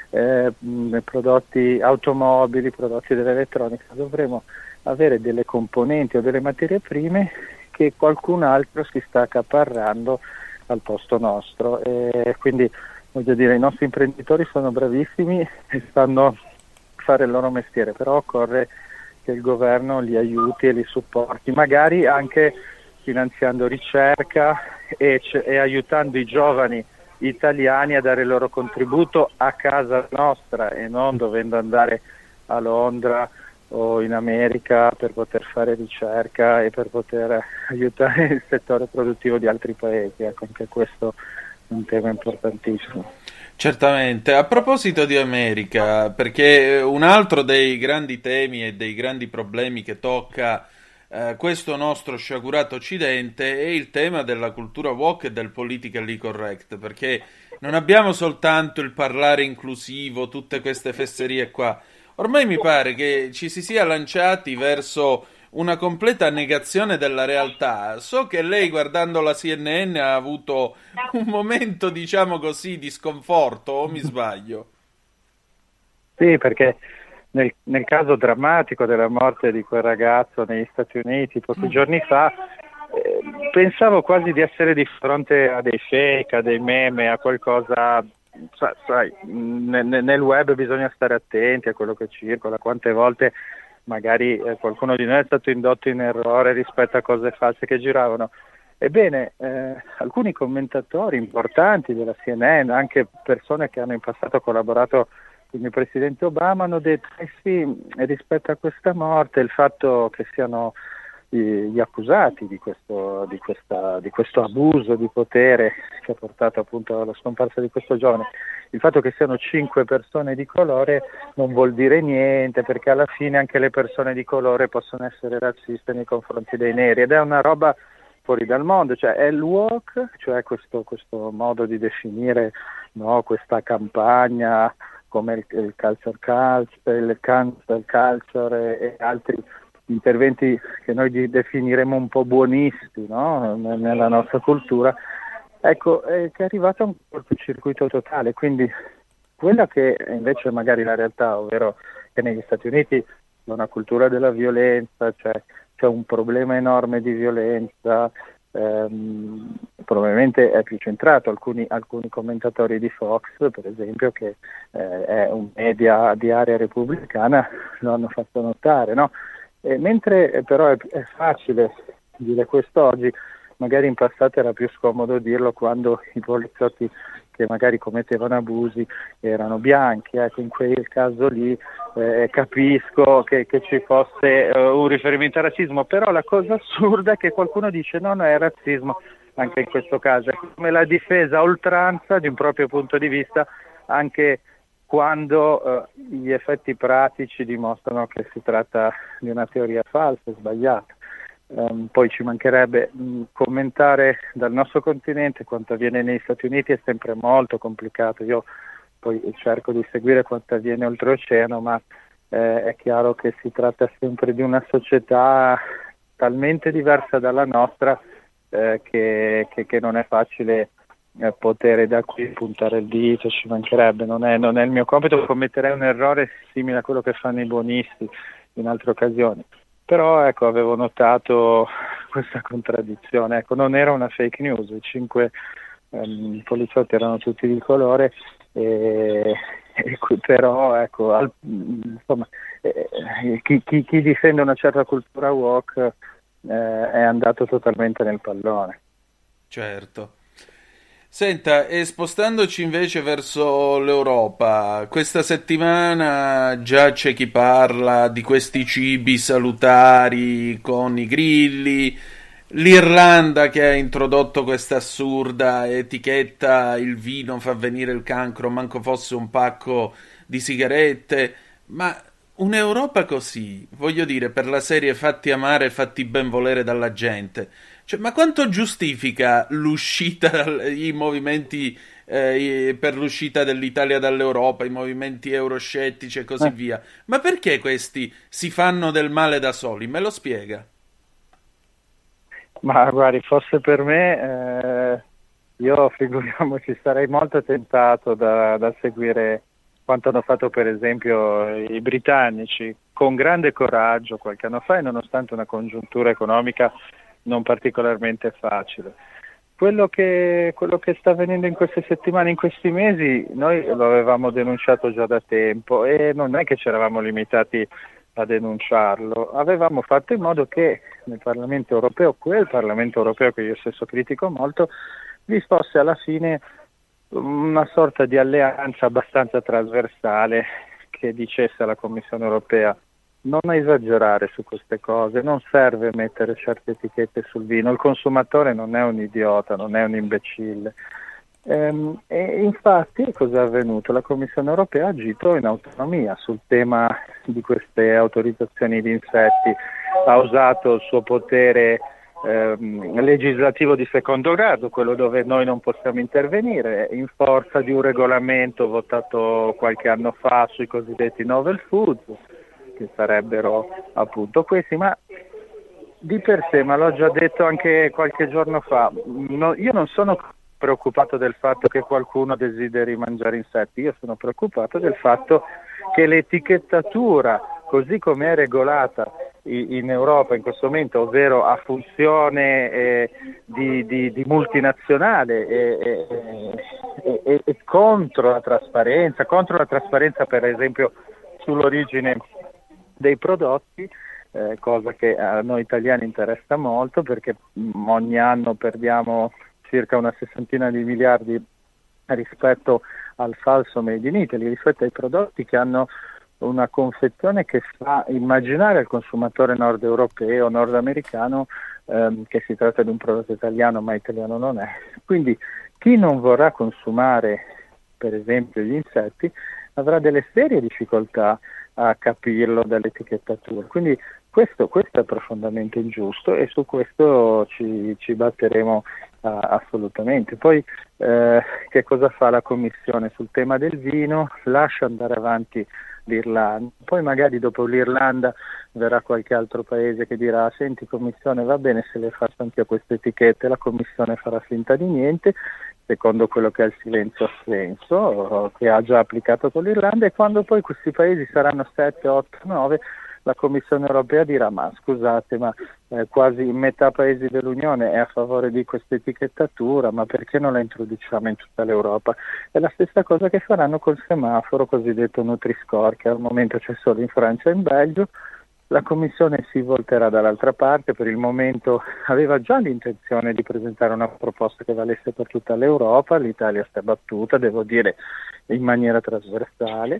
[SPEAKER 8] prodotti automobili, prodotti dell'elettronica, dovremo avere delle componenti o delle materie prime che qualcun altro si sta accaparrando al posto nostro, quindi voglio dire, i nostri imprenditori sono bravissimi e sanno fare il loro mestiere, però occorre che il governo li aiuti e li supporti, magari anche finanziando ricerca e aiutando i giovani italiani a dare il loro contributo a casa nostra e non dovendo andare a Londra o in America per poter fare ricerca e per poter aiutare il settore produttivo di altri paesi. Ecco, anche questo è un tema importantissimo.
[SPEAKER 3] Certamente. A proposito di America, perché un altro dei grandi temi e dei grandi problemi che tocca questo nostro sciagurato occidente è il tema della cultura woke e del politically correct, perché non abbiamo soltanto il parlare inclusivo, tutte queste fesserie qua. Ormai mi pare che ci si sia lanciati verso una completa negazione della realtà. So che lei, guardando la CNN, ha avuto un momento, diciamo così, di sconforto, o mi sbaglio?
[SPEAKER 8] Sì, perché nel caso drammatico della morte di quel ragazzo negli Stati Uniti pochi giorni fa, pensavo quasi di essere di fronte a dei fake, a dei meme, a qualcosa. Sai, nel web bisogna stare attenti a quello che circola, quante volte magari qualcuno di noi è stato indotto in errore rispetto a cose false che giravano. Ebbene, alcuni commentatori importanti della CNN, anche persone che hanno in passato collaborato con il presidente Obama, hanno detto sì, rispetto a questa morte, il fatto che siano gli accusati di questo abuso di potere che ha portato appunto alla scomparsa di questo giovane, il fatto che siano 5 persone di colore non vuol dire niente, perché alla fine anche le persone di colore possono essere razziste nei confronti dei neri, ed è una roba fuori dal mondo, cioè è il woke, cioè questo modo di definire, no, questa campagna come il cancel culture e altri interventi che noi definiremo un po' buonisti, no? Nella nostra cultura, ecco, che è arrivato a un cortocircuito totale. Quindi quella che invece magari la realtà, ovvero che negli Stati Uniti c'è una cultura della violenza, c'è un problema enorme di violenza, probabilmente è più centrato. Alcuni commentatori di Fox, per esempio, che è un media di area repubblicana, lo hanno fatto notare, no? Mentre però è facile dire questo oggi, magari in passato era più scomodo dirlo quando i poliziotti che magari commettevano abusi erano bianchi. Ecco, in quel caso lì capisco che ci fosse un riferimento al razzismo, però la cosa assurda è che qualcuno dice no, è razzismo anche in questo caso, è come la difesa a oltranza di un proprio punto di vista, anche quando gli effetti pratici dimostrano che si tratta di una teoria falsa e sbagliata. Poi ci mancherebbe commentare dal nostro continente quanto avviene negli Stati Uniti, è sempre molto complicato. Io poi cerco di seguire quanto avviene oltreoceano, ma è chiaro che si tratta sempre di una società talmente diversa dalla nostra che non è facile poter da qui puntare il dito, ci mancherebbe, non è il mio compito, commetterei un errore simile a quello che fanno i buonisti in altre occasioni. Però ecco, avevo notato questa contraddizione, ecco, non era una fake news, i 5 poliziotti erano tutti di colore, però ecco, insomma, chi difende una certa cultura woke è andato totalmente nel pallone.
[SPEAKER 3] Certo. Senta, e spostandoci invece verso l'Europa, questa settimana già c'è chi parla di questi cibi salutari con i grilli, l'Irlanda che ha introdotto questa assurda etichetta, il vino fa venire il cancro, manco fosse un pacco di sigarette, ma un'Europa così, voglio dire, per la serie fatti amare e fatti ben volere dalla gente. Cioè, ma quanto giustifica l'uscita, i movimenti per l'uscita dell'Italia dall'Europa, i movimenti euroscettici e così via? Ma perché questi si fanno del male da soli? Me lo spiega?
[SPEAKER 8] Ma guardi, fosse per me, io figuriamoci, sarei molto tentato da seguire quanto hanno fatto per esempio i britannici, con grande coraggio qualche anno fa, e nonostante una congiuntura economica non particolarmente facile. quello che sta avvenendo in queste settimane, in questi mesi, noi lo avevamo denunciato già da tempo e non è che ci eravamo limitati a denunciarlo, avevamo fatto in modo che nel Parlamento europeo, quel Parlamento europeo che io stesso critico molto, vi fosse alla fine una sorta di alleanza abbastanza trasversale che dicesse alla Commissione europea: non esagerare su queste cose, non serve mettere certe etichette sul vino, il consumatore non è un idiota, non è un imbecille. E infatti cosa è avvenuto? La Commissione europea ha agito in autonomia sul tema di queste autorizzazioni di insetti, ha usato il suo potere legislativo di secondo grado, quello dove noi non possiamo intervenire, in forza di un regolamento votato qualche anno fa sui cosiddetti novel foods, che sarebbero appunto questi, ma di per sé, ma l'ho già detto anche qualche giorno fa, io non sono preoccupato del fatto che qualcuno desideri mangiare insetti, io sono preoccupato del fatto che l'etichettatura, così come è regolata in Europa in questo momento, ovvero a funzione di multinazionale e contro la trasparenza per esempio sull'origine dei prodotti, cosa che a noi italiani interessa molto perché ogni anno perdiamo circa una 60 di miliardi rispetto al falso made in Italy, rispetto ai prodotti che hanno una confezione che fa immaginare al consumatore nord europeo, nordamericano, che si tratta di un prodotto italiano, ma italiano non è. Quindi chi non vorrà consumare per esempio gli insetti avrà delle serie difficoltà a capirlo dall'etichettatura. Quindi questo è profondamente ingiusto e su questo ci batteremo assolutamente. Poi che cosa fa la Commissione sul tema del vino? Lascia andare avanti l'Irlanda, poi magari dopo l'Irlanda verrà qualche altro paese che dirà: senti Commissione, va bene se le faccio anche a queste etichette, la Commissione farà finta di niente, secondo quello che è il silenzio assenso che ha già applicato con l'Irlanda, e quando poi questi paesi saranno 7, 8, 9, la Commissione europea dirà: ma scusate, ma quasi metà paesi dell'Unione è a favore di questa etichettatura, ma perché non la introduciamo in tutta l'Europa? È la stessa cosa che faranno col semaforo cosiddetto Nutri-Score, che al momento c'è solo in Francia e in Belgio. La Commissione si volterà dall'altra parte, per il momento aveva già l'intenzione di presentare una proposta che valesse per tutta l'Europa, l'Italia si è battuta, devo dire, in maniera trasversale,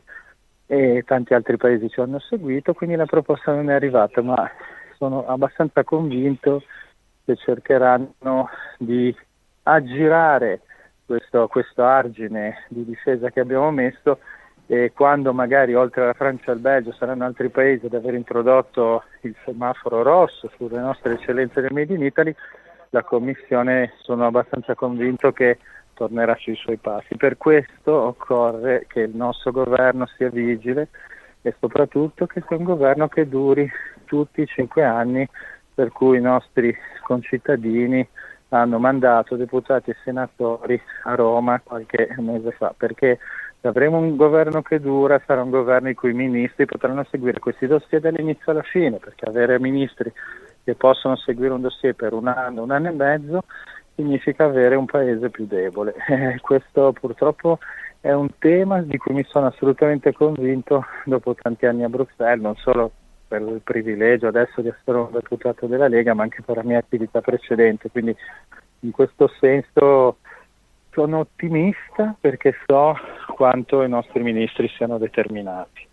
[SPEAKER 8] e tanti altri paesi ci hanno seguito, quindi la proposta non è arrivata, ma sono abbastanza convinto che cercheranno di aggirare questo argine di difesa che abbiamo messo, e quando magari oltre alla Francia e al Belgio saranno altri paesi ad aver introdotto il semaforo rosso sulle nostre eccellenze del Made in Italy, la Commissione sono abbastanza convinto che tornerà sui suoi passi. Per questo occorre che il nostro governo sia vigile e soprattutto che sia un governo che duri tutti i 5 anni per cui i nostri concittadini hanno mandato deputati e senatori a Roma qualche mese fa, perché se avremo un governo che dura sarà un governo i cui ministri potranno seguire questi dossier dall'inizio alla fine, perché avere ministri che possono seguire un dossier per un anno e mezzo significa avere un paese più debole. Questo purtroppo è un tema di cui mi sono assolutamente convinto dopo tanti anni a Bruxelles, non solo per il privilegio adesso di essere un deputato della Lega, ma anche per la mia attività precedente. Quindi in questo senso sono ottimista perché so quanto i nostri ministri siano determinati.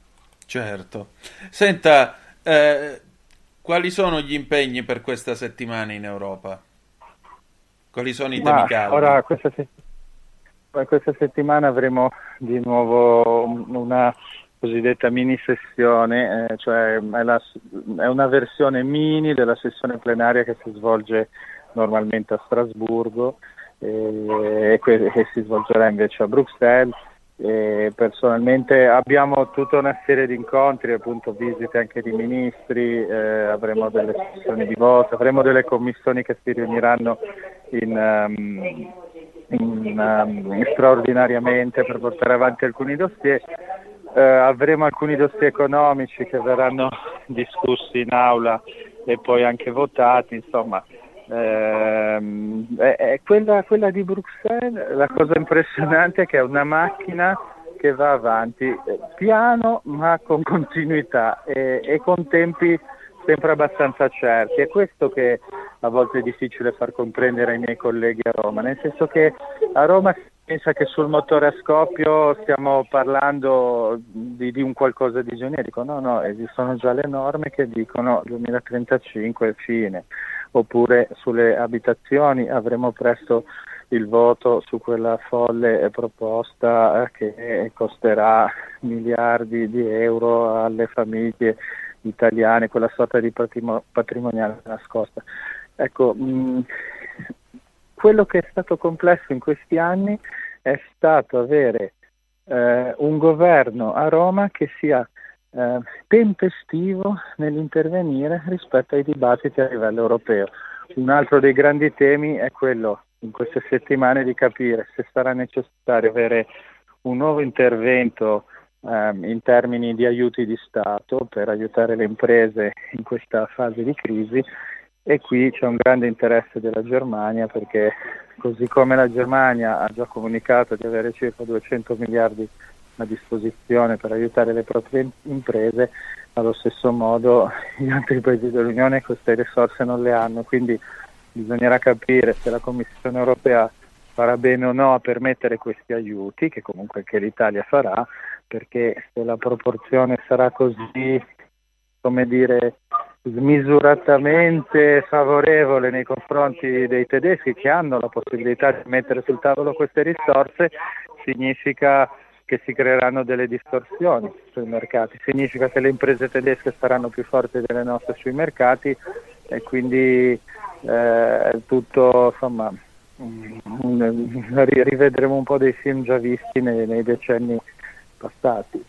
[SPEAKER 3] Certo. Senta, quali sono gli impegni per questa settimana in Europa? Quali sono i temi caldi?
[SPEAKER 8] Ora, questa settimana avremo di nuovo una cosiddetta mini sessione, cioè è una versione mini della sessione plenaria che si svolge normalmente a Strasburgo e che si svolgerà invece a Bruxelles. Personalmente abbiamo tutta una serie di incontri, appunto visite anche di ministri, avremo delle sessioni di voto, avremo delle commissioni che si riuniranno straordinariamente per portare avanti alcuni dossier. Avremo alcuni dossier economici che verranno discussi in aula e poi anche votati, insomma È quella di Bruxelles. La cosa impressionante è che è una macchina che va avanti piano ma con continuità e con tempi sempre abbastanza certi. È questo che a volte è difficile far comprendere ai miei colleghi a Roma, nel senso che a Roma si pensa che sul motore a scoppio stiamo parlando di un qualcosa di generico. No, esistono già le norme che dicono 2035 fine. Oppure sulle abitazioni avremo presto il voto su quella folle proposta che costerà miliardi di euro alle famiglie italiane, quella sorta di patrimoniale nascosta. Ecco, quello che è stato complesso in questi anni è stato avere un governo a Roma che sia tempestivo nell'intervenire rispetto ai dibattiti a livello europeo. Un altro dei grandi temi è quello in queste settimane di capire se sarà necessario avere un nuovo intervento in termini di aiuti di Stato per aiutare le imprese in questa fase di crisi, e qui c'è un grande interesse della Germania, perché così come la Germania ha già comunicato di avere circa 200 miliardi a disposizione per aiutare le proprie imprese, allo stesso modo gli altri paesi dell'Unione queste risorse non le hanno, quindi bisognerà capire se la Commissione europea farà bene o no a permettere questi aiuti, che comunque che l'Italia farà, perché se la proporzione sarà così, come dire, smisuratamente favorevole nei confronti dei tedeschi, che hanno la possibilità di mettere sul tavolo queste risorse, significa che si creeranno delle distorsioni sui mercati, significa che le imprese tedesche saranno più forti delle nostre sui mercati, e quindi tutto, insomma, rivedremo un po' dei film già visti nei decenni passati.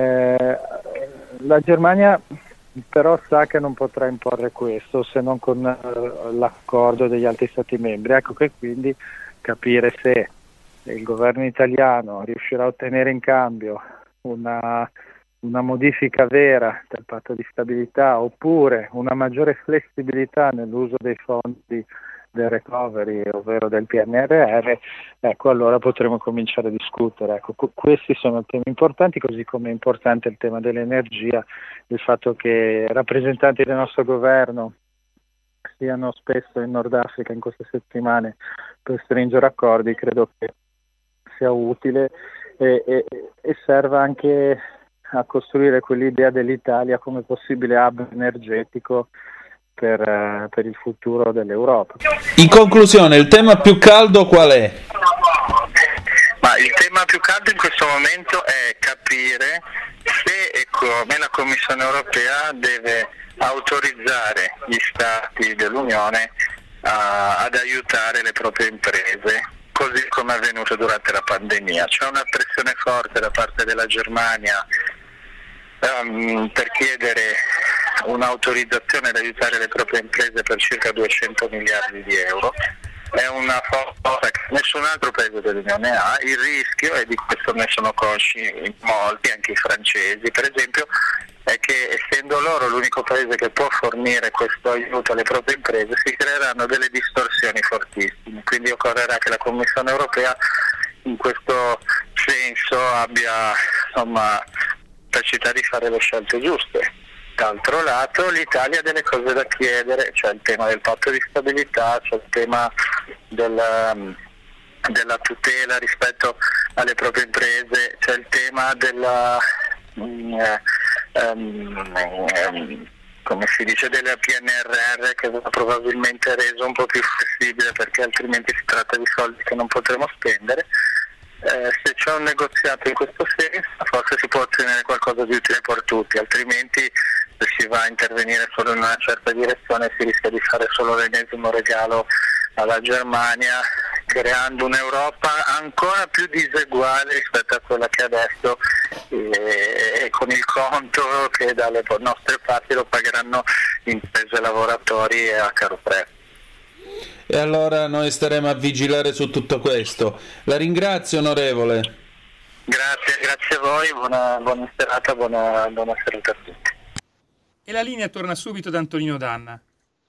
[SPEAKER 8] La Germania però sa che non potrà imporre questo se non con l'accordo degli altri Stati membri. Ecco che quindi capire se il governo italiano riuscirà a ottenere in cambio una modifica vera del patto di stabilità, oppure una maggiore flessibilità nell'uso dei fondi del recovery, ovvero del PNRR, ecco, allora potremo cominciare a discutere. Ecco, questi sono temi importanti, così come è importante il tema dell'energia, il fatto che rappresentanti del nostro governo siano spesso in Nord Africa in queste settimane per stringere accordi, credo che sia utile e serva anche a costruire quell'idea dell'Italia come possibile hub energetico per il futuro dell'Europa.
[SPEAKER 11] In conclusione, il tema più caldo qual è?
[SPEAKER 12] Ma il tema più caldo in questo momento è capire se e come la Commissione europea deve autorizzare gli Stati dell'Unione ad aiutare le proprie imprese, così come è avvenuto durante la pandemia. C'è una pressione forte da parte della Germania per chiedere un'autorizzazione ad aiutare le proprie imprese per circa 200 miliardi di euro. È una cosa che nessun altro paese dell'Unione ha. Il rischio, e di questo ne sono consci molti, anche i francesi per esempio, è che essendo loro l'unico paese che può fornire questo aiuto alle proprie imprese, si creeranno delle distorsioni fortissime. Quindi occorrerà che la Commissione europea in questo senso abbia, insomma, capacità di fare le scelte giuste. D'altro lato l'Italia ha delle cose da chiedere, c'è il tema del patto di stabilità, c'è il tema della tutela rispetto alle proprie imprese, c'è il tema della come si dice, della PNRR, che va probabilmente reso un po' più flessibile, perché altrimenti si tratta di soldi che non potremo spendere. Se c'è un negoziato in questo senso forse si può ottenere qualcosa di utile per tutti, altrimenti se si va a intervenire solo in una certa direzione si rischia di fare solo l'ennesimo regalo alla Germania, creando un'Europa ancora più diseguale rispetto a quella che è adesso, e con il conto che dalle nostre parti lo pagheranno imprese e lavoratori a caro prezzo.
[SPEAKER 11] E allora noi staremo a vigilare su tutto questo. La ringrazio, onorevole.
[SPEAKER 12] Grazie a voi, buona serata, buona serata a tutti.
[SPEAKER 2] E la linea torna subito da Antonino Danna.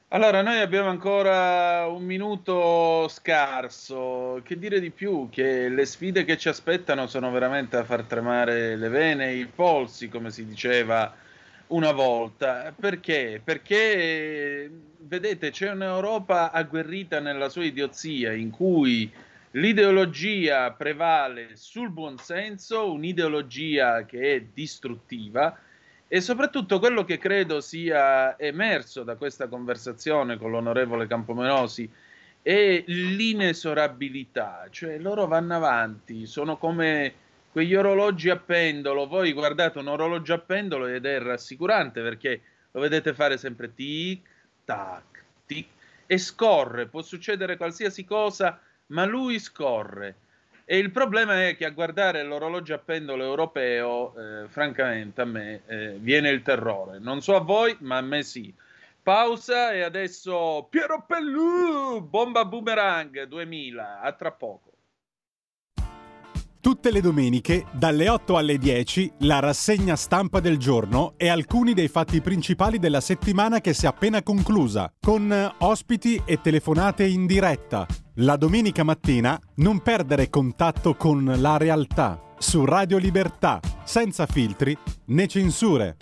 [SPEAKER 3] Allora, noi abbiamo ancora un minuto scarso. Che dire di più? Che le sfide che ci aspettano sono veramente a far tremare le vene e i polsi, come si diceva una volta. Perché? Perché, vedete, c'è un'Europa agguerrita nella sua idiozia, in cui l'ideologia prevale sul buonsenso, un'ideologia che è distruttiva. E soprattutto quello che credo sia emerso da questa conversazione con l'onorevole Campomenosi è l'inesorabilità, cioè loro vanno avanti, sono come quegli orologi a pendolo. Voi guardate un orologio a pendolo ed è rassicurante perché lo vedete fare sempre tic, tac, tic, e scorre, può succedere qualsiasi cosa, ma lui scorre. E il problema è che a guardare l'orologio a pendolo europeo, francamente, a me viene il terrore. Non so a voi, ma a me sì. Pausa e adesso Piero Pellù, Bomba Boomerang 2000. A tra poco.
[SPEAKER 1] Tutte le domeniche, dalle 8 alle 10, la rassegna stampa del giorno e alcuni dei fatti principali della settimana che si è appena conclusa, con ospiti e telefonate in diretta. La domenica mattina non perdere contatto con la realtà, su Radio Libertà, senza filtri né censure.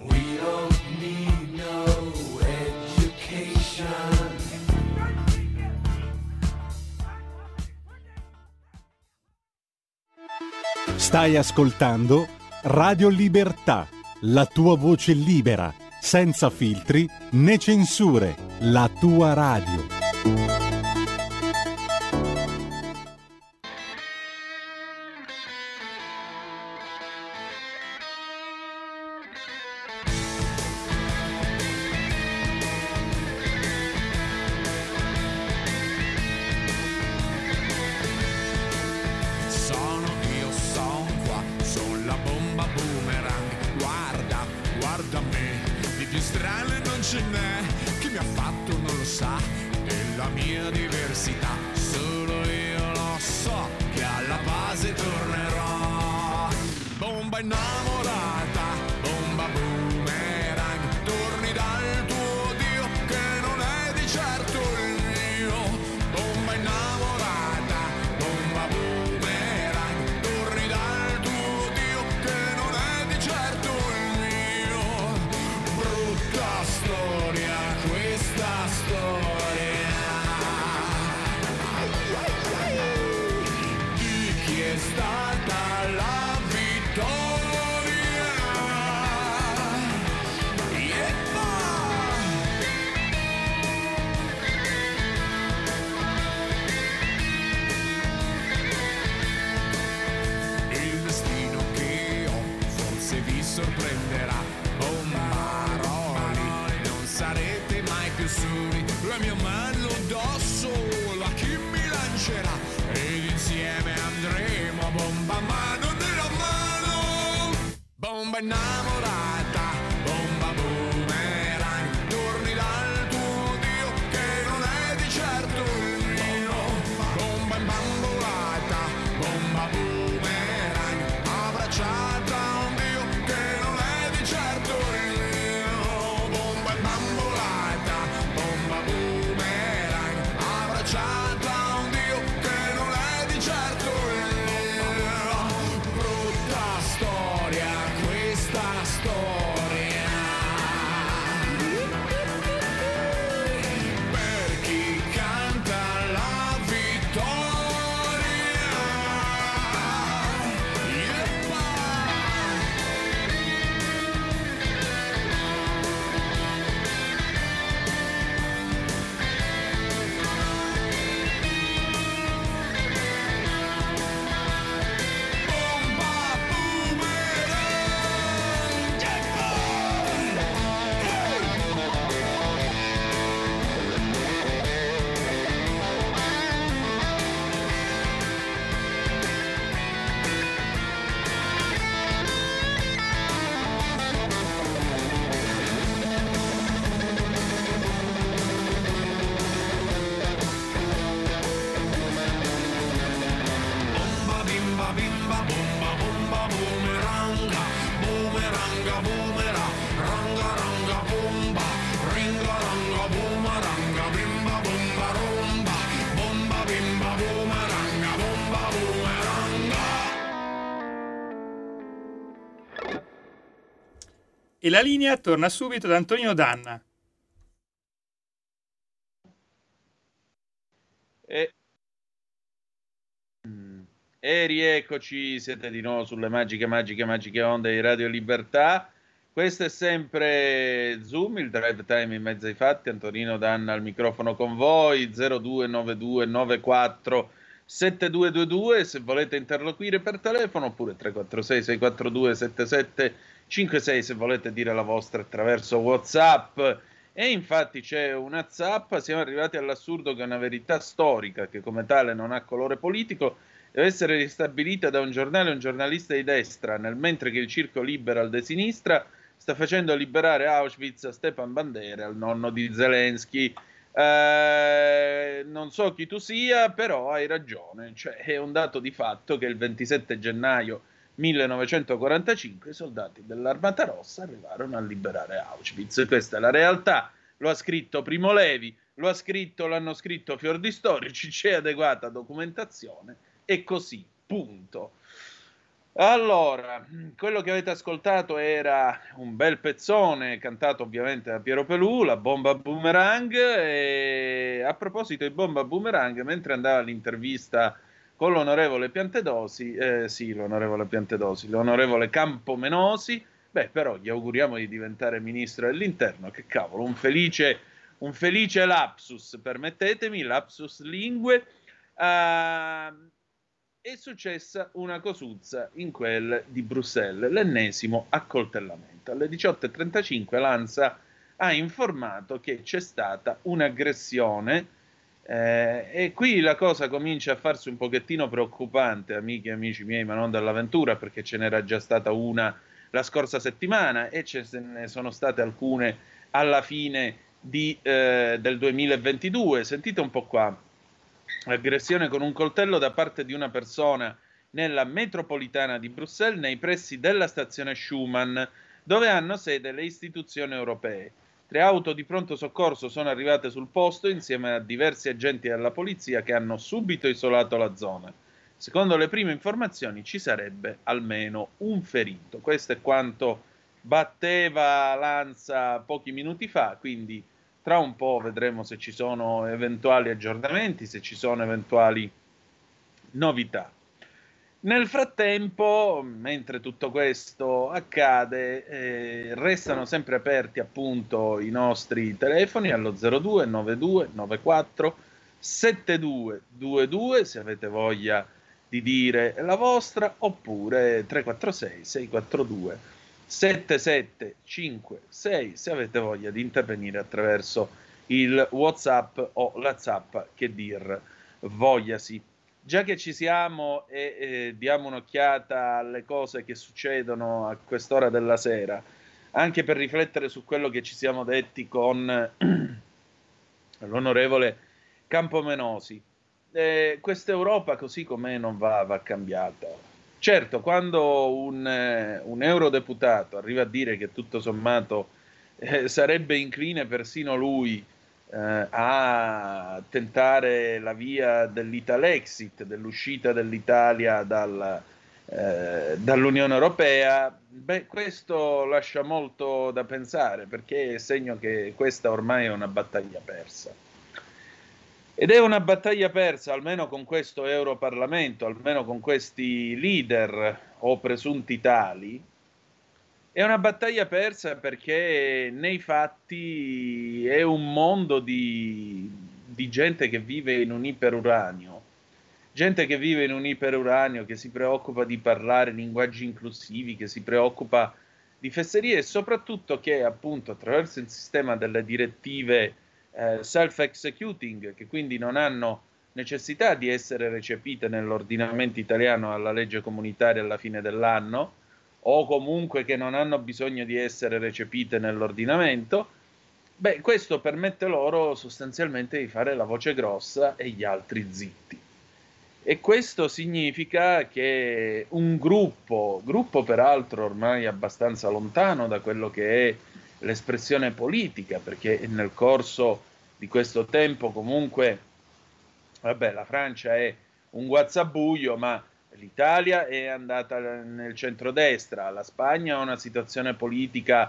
[SPEAKER 1] Stai ascoltando Radio Libertà, la tua voce libera, senza filtri né censure, la tua radio.
[SPEAKER 10] Brutta storia questa.
[SPEAKER 2] e la linea torna subito da Antonino Danna.
[SPEAKER 3] E rieccoci, siete di nuovo sulle magiche onde di Radio Libertà. Questo è sempre Zoom, il drive time in mezzo ai fatti. Antonino Danna al microfono con voi, 029294 7222, se volete interloquire per telefono, oppure 346 642 7756 se volete dire la vostra attraverso WhatsApp. E infatti c'è una zappa, siamo arrivati all'assurdo che è una verità storica, che come tale non ha colore politico, deve essere ristabilita da un giornale e un giornalista di destra, nel mentre che il circo liberal de sinistra sta facendo liberare Auschwitz a Stepan Bandera, il nonno di Zelensky. Non so chi tu sia, però hai ragione, cioè è un dato di fatto che il 27 gennaio 1945 i soldati dell'Armata Rossa arrivarono a liberare Auschwitz. Questa è la realtà, lo ha scritto Primo Levi, l'hanno scritto fior di storici, c'è adeguata documentazione e così, punto. Allora, quello che avete ascoltato era un bel pezzone cantato ovviamente da Piero Pelù, la bomba boomerang. E a proposito di bomba boomerang, mentre andava l'intervista con l'onorevole Piantedosi, l'onorevole Campomenosi, però gli auguriamo di diventare ministro dell'interno, che cavolo, un felice lapsus, permettetemi, lapsus lingue. È successa una cosuzza in quel di Bruxelles, l'ennesimo accoltellamento. Alle 18:35 l'ANSA ha informato che c'è stata un'aggressione e qui la cosa comincia a farsi un pochettino preoccupante, amiche e amici miei, ma non dall'avventura, perché ce n'era già stata una la scorsa settimana e ce ne sono state alcune alla fine del 2022. Sentite un po' qua. Aggressione con un coltello da parte di una persona nella metropolitana di Bruxelles, nei pressi della stazione Schumann, dove hanno sede le istituzioni europee. 3 auto di pronto soccorso sono arrivate sul posto insieme a diversi agenti della polizia che hanno subito isolato la zona. Secondo le prime informazioni ci sarebbe almeno un ferito. Questo è quanto batteva l'ANSA pochi minuti fa, quindi tra un po' vedremo se ci sono eventuali aggiornamenti, se ci sono eventuali novità. Nel frattempo, mentre tutto questo accade, restano sempre aperti appunto i nostri telefoni allo 02 92 94 7222 se avete voglia di dire la vostra, oppure 346 642 7756 se avete voglia di intervenire attraverso il WhatsApp o la zappa, che dir vogliasi. Già che ci siamo e diamo un'occhiata alle cose che succedono a quest'ora della sera, anche per riflettere su quello che ci siamo detti con l'onorevole Campomenosi. Questa Europa così com'è non va cambiata. Certo, quando un eurodeputato arriva a dire che tutto sommato sarebbe incline persino lui a tentare la via dell'Italexit, dell'uscita dell'Italia dall'Unione Europea, questo lascia molto da pensare, perché è segno che questa ormai è una battaglia persa. Ed è una battaglia persa, almeno con questo Europarlamento, almeno con questi leader o presunti tali. È una battaglia persa perché nei fatti è un mondo di gente che vive in un iperuranio. Gente che vive in un iperuranio, che si preoccupa di parlare linguaggi inclusivi, che si preoccupa di fesserie e soprattutto che appunto attraverso il sistema delle direttive self-executing, che quindi non hanno necessità di essere recepite nell'ordinamento italiano alla legge comunitaria alla fine dell'anno, o comunque che non hanno bisogno di essere recepite nell'ordinamento, questo permette loro sostanzialmente di fare la voce grossa e gli altri zitti. E questo significa che un gruppo peraltro ormai abbastanza lontano da quello che è l'espressione politica, perché nel corso di questo tempo comunque, la Francia è un guazzabuglio, ma l'Italia è andata nel centrodestra, la Spagna ha una situazione politica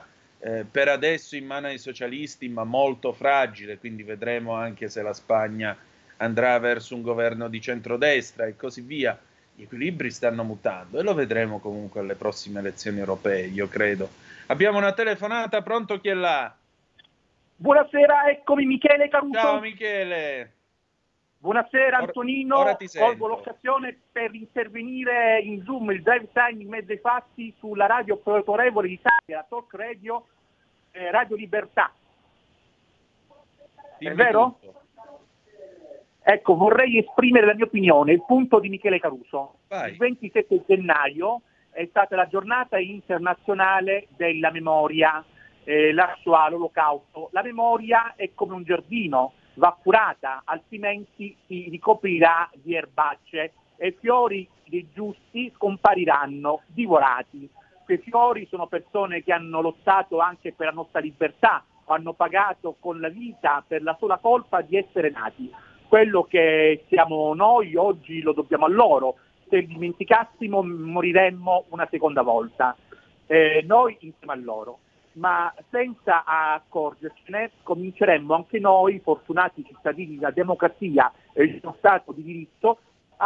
[SPEAKER 3] per adesso in mano ai socialisti, ma molto fragile, quindi vedremo anche se la Spagna andrà verso un governo di centrodestra e così via. Gli equilibri stanno mutando e lo vedremo comunque alle prossime elezioni europee, io credo. Abbiamo una telefonata, pronto, chi è là?
[SPEAKER 9] Buonasera, eccomi Michele Caruso.
[SPEAKER 3] Ciao Michele.
[SPEAKER 9] Buonasera Antonino,
[SPEAKER 3] ora ti sento.
[SPEAKER 9] colgo l'occasione per intervenire in Zoom, il drive time in mezzo ai fatti, sulla radio più autorevole d'Italia, la Talk Radio, Radio Libertà.
[SPEAKER 3] Dimmi
[SPEAKER 9] è vero?
[SPEAKER 3] Tutto.
[SPEAKER 9] Ecco, vorrei esprimere la mia opinione, il punto di Michele Caruso.
[SPEAKER 3] Vai.
[SPEAKER 9] Il 27 gennaio è stata la giornata internazionale della memoria, la Shoah, l'Olocausto. La memoria è come un giardino, va curata, altrimenti si ricoprirà di erbacce e i fiori dei giusti scompariranno, divorati. Quei fiori sono persone che hanno lottato anche per la nostra libertà, hanno pagato con la vita per la sola colpa di essere nati. Quello che siamo noi oggi lo dobbiamo a loro. Se li dimenticassimo moriremmo una seconda volta, noi insieme a loro. Ma senza accorgercene cominceremmo anche noi, fortunati cittadini della democrazia e dello Stato di diritto,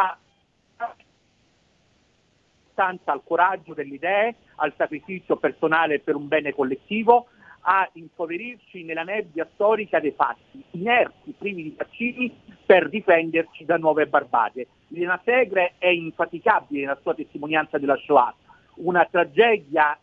[SPEAKER 9] al coraggio delle idee, al sacrificio personale per un bene collettivo, a impoverirci nella nebbia storica dei fatti, inerti, privi di vaccini, per difenderci da nuove barbate. Liliana Segre è infaticabile nella sua testimonianza della Shoah, una tragedia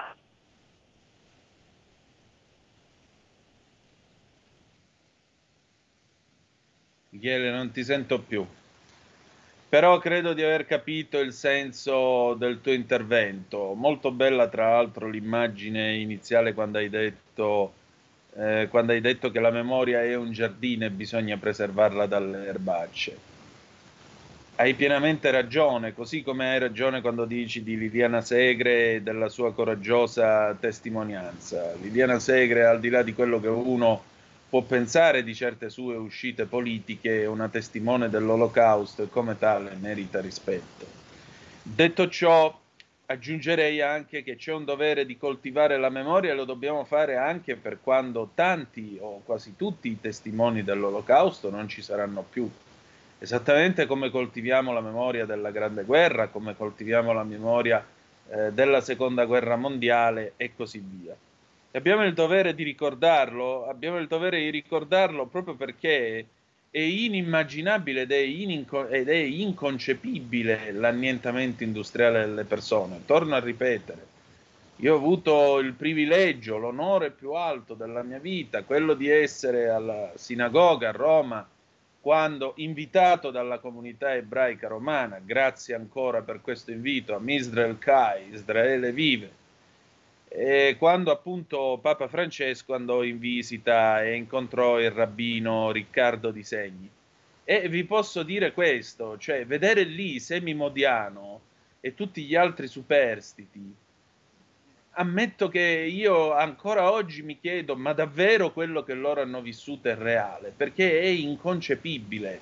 [SPEAKER 3] Michele, non ti sento più. Però credo di aver capito il senso del tuo intervento. Molto bella, tra l'altro, l'immagine iniziale quando hai detto che la memoria è un giardino e bisogna preservarla dalle erbacce. Hai pienamente ragione, così come hai ragione quando dici di Liliana Segre e della sua coraggiosa testimonianza. Liliana Segre, al di là di quello che uno può pensare di certe sue uscite politiche, è una testimone dell'Olocausto e come tale merita rispetto. Detto ciò, aggiungerei anche che c'è un dovere di coltivare la memoria e lo dobbiamo fare anche per quando tanti o quasi tutti i testimoni dell'Olocausto non ci saranno più. Esattamente come coltiviamo la memoria della Grande Guerra, come coltiviamo la memoria della Seconda Guerra Mondiale e così via. Abbiamo il dovere di ricordarlo, proprio perché è inimmaginabile ed è inconcepibile l'annientamento industriale delle persone. Torno a ripetere, io ho avuto il privilegio, l'onore più alto della mia vita, quello di essere alla sinagoga a Roma, quando invitato dalla comunità ebraica romana, grazie ancora per questo invito a Misrael Chai, Israele vive, e quando appunto Papa Francesco andò in visita e incontrò il rabbino Riccardo Di Segni. E vi posso dire questo, cioè vedere lì Semi Modiano e tutti gli altri superstiti, ammetto che io ancora oggi mi chiedo, ma davvero quello che loro hanno vissuto è reale? Perché è inconcepibile,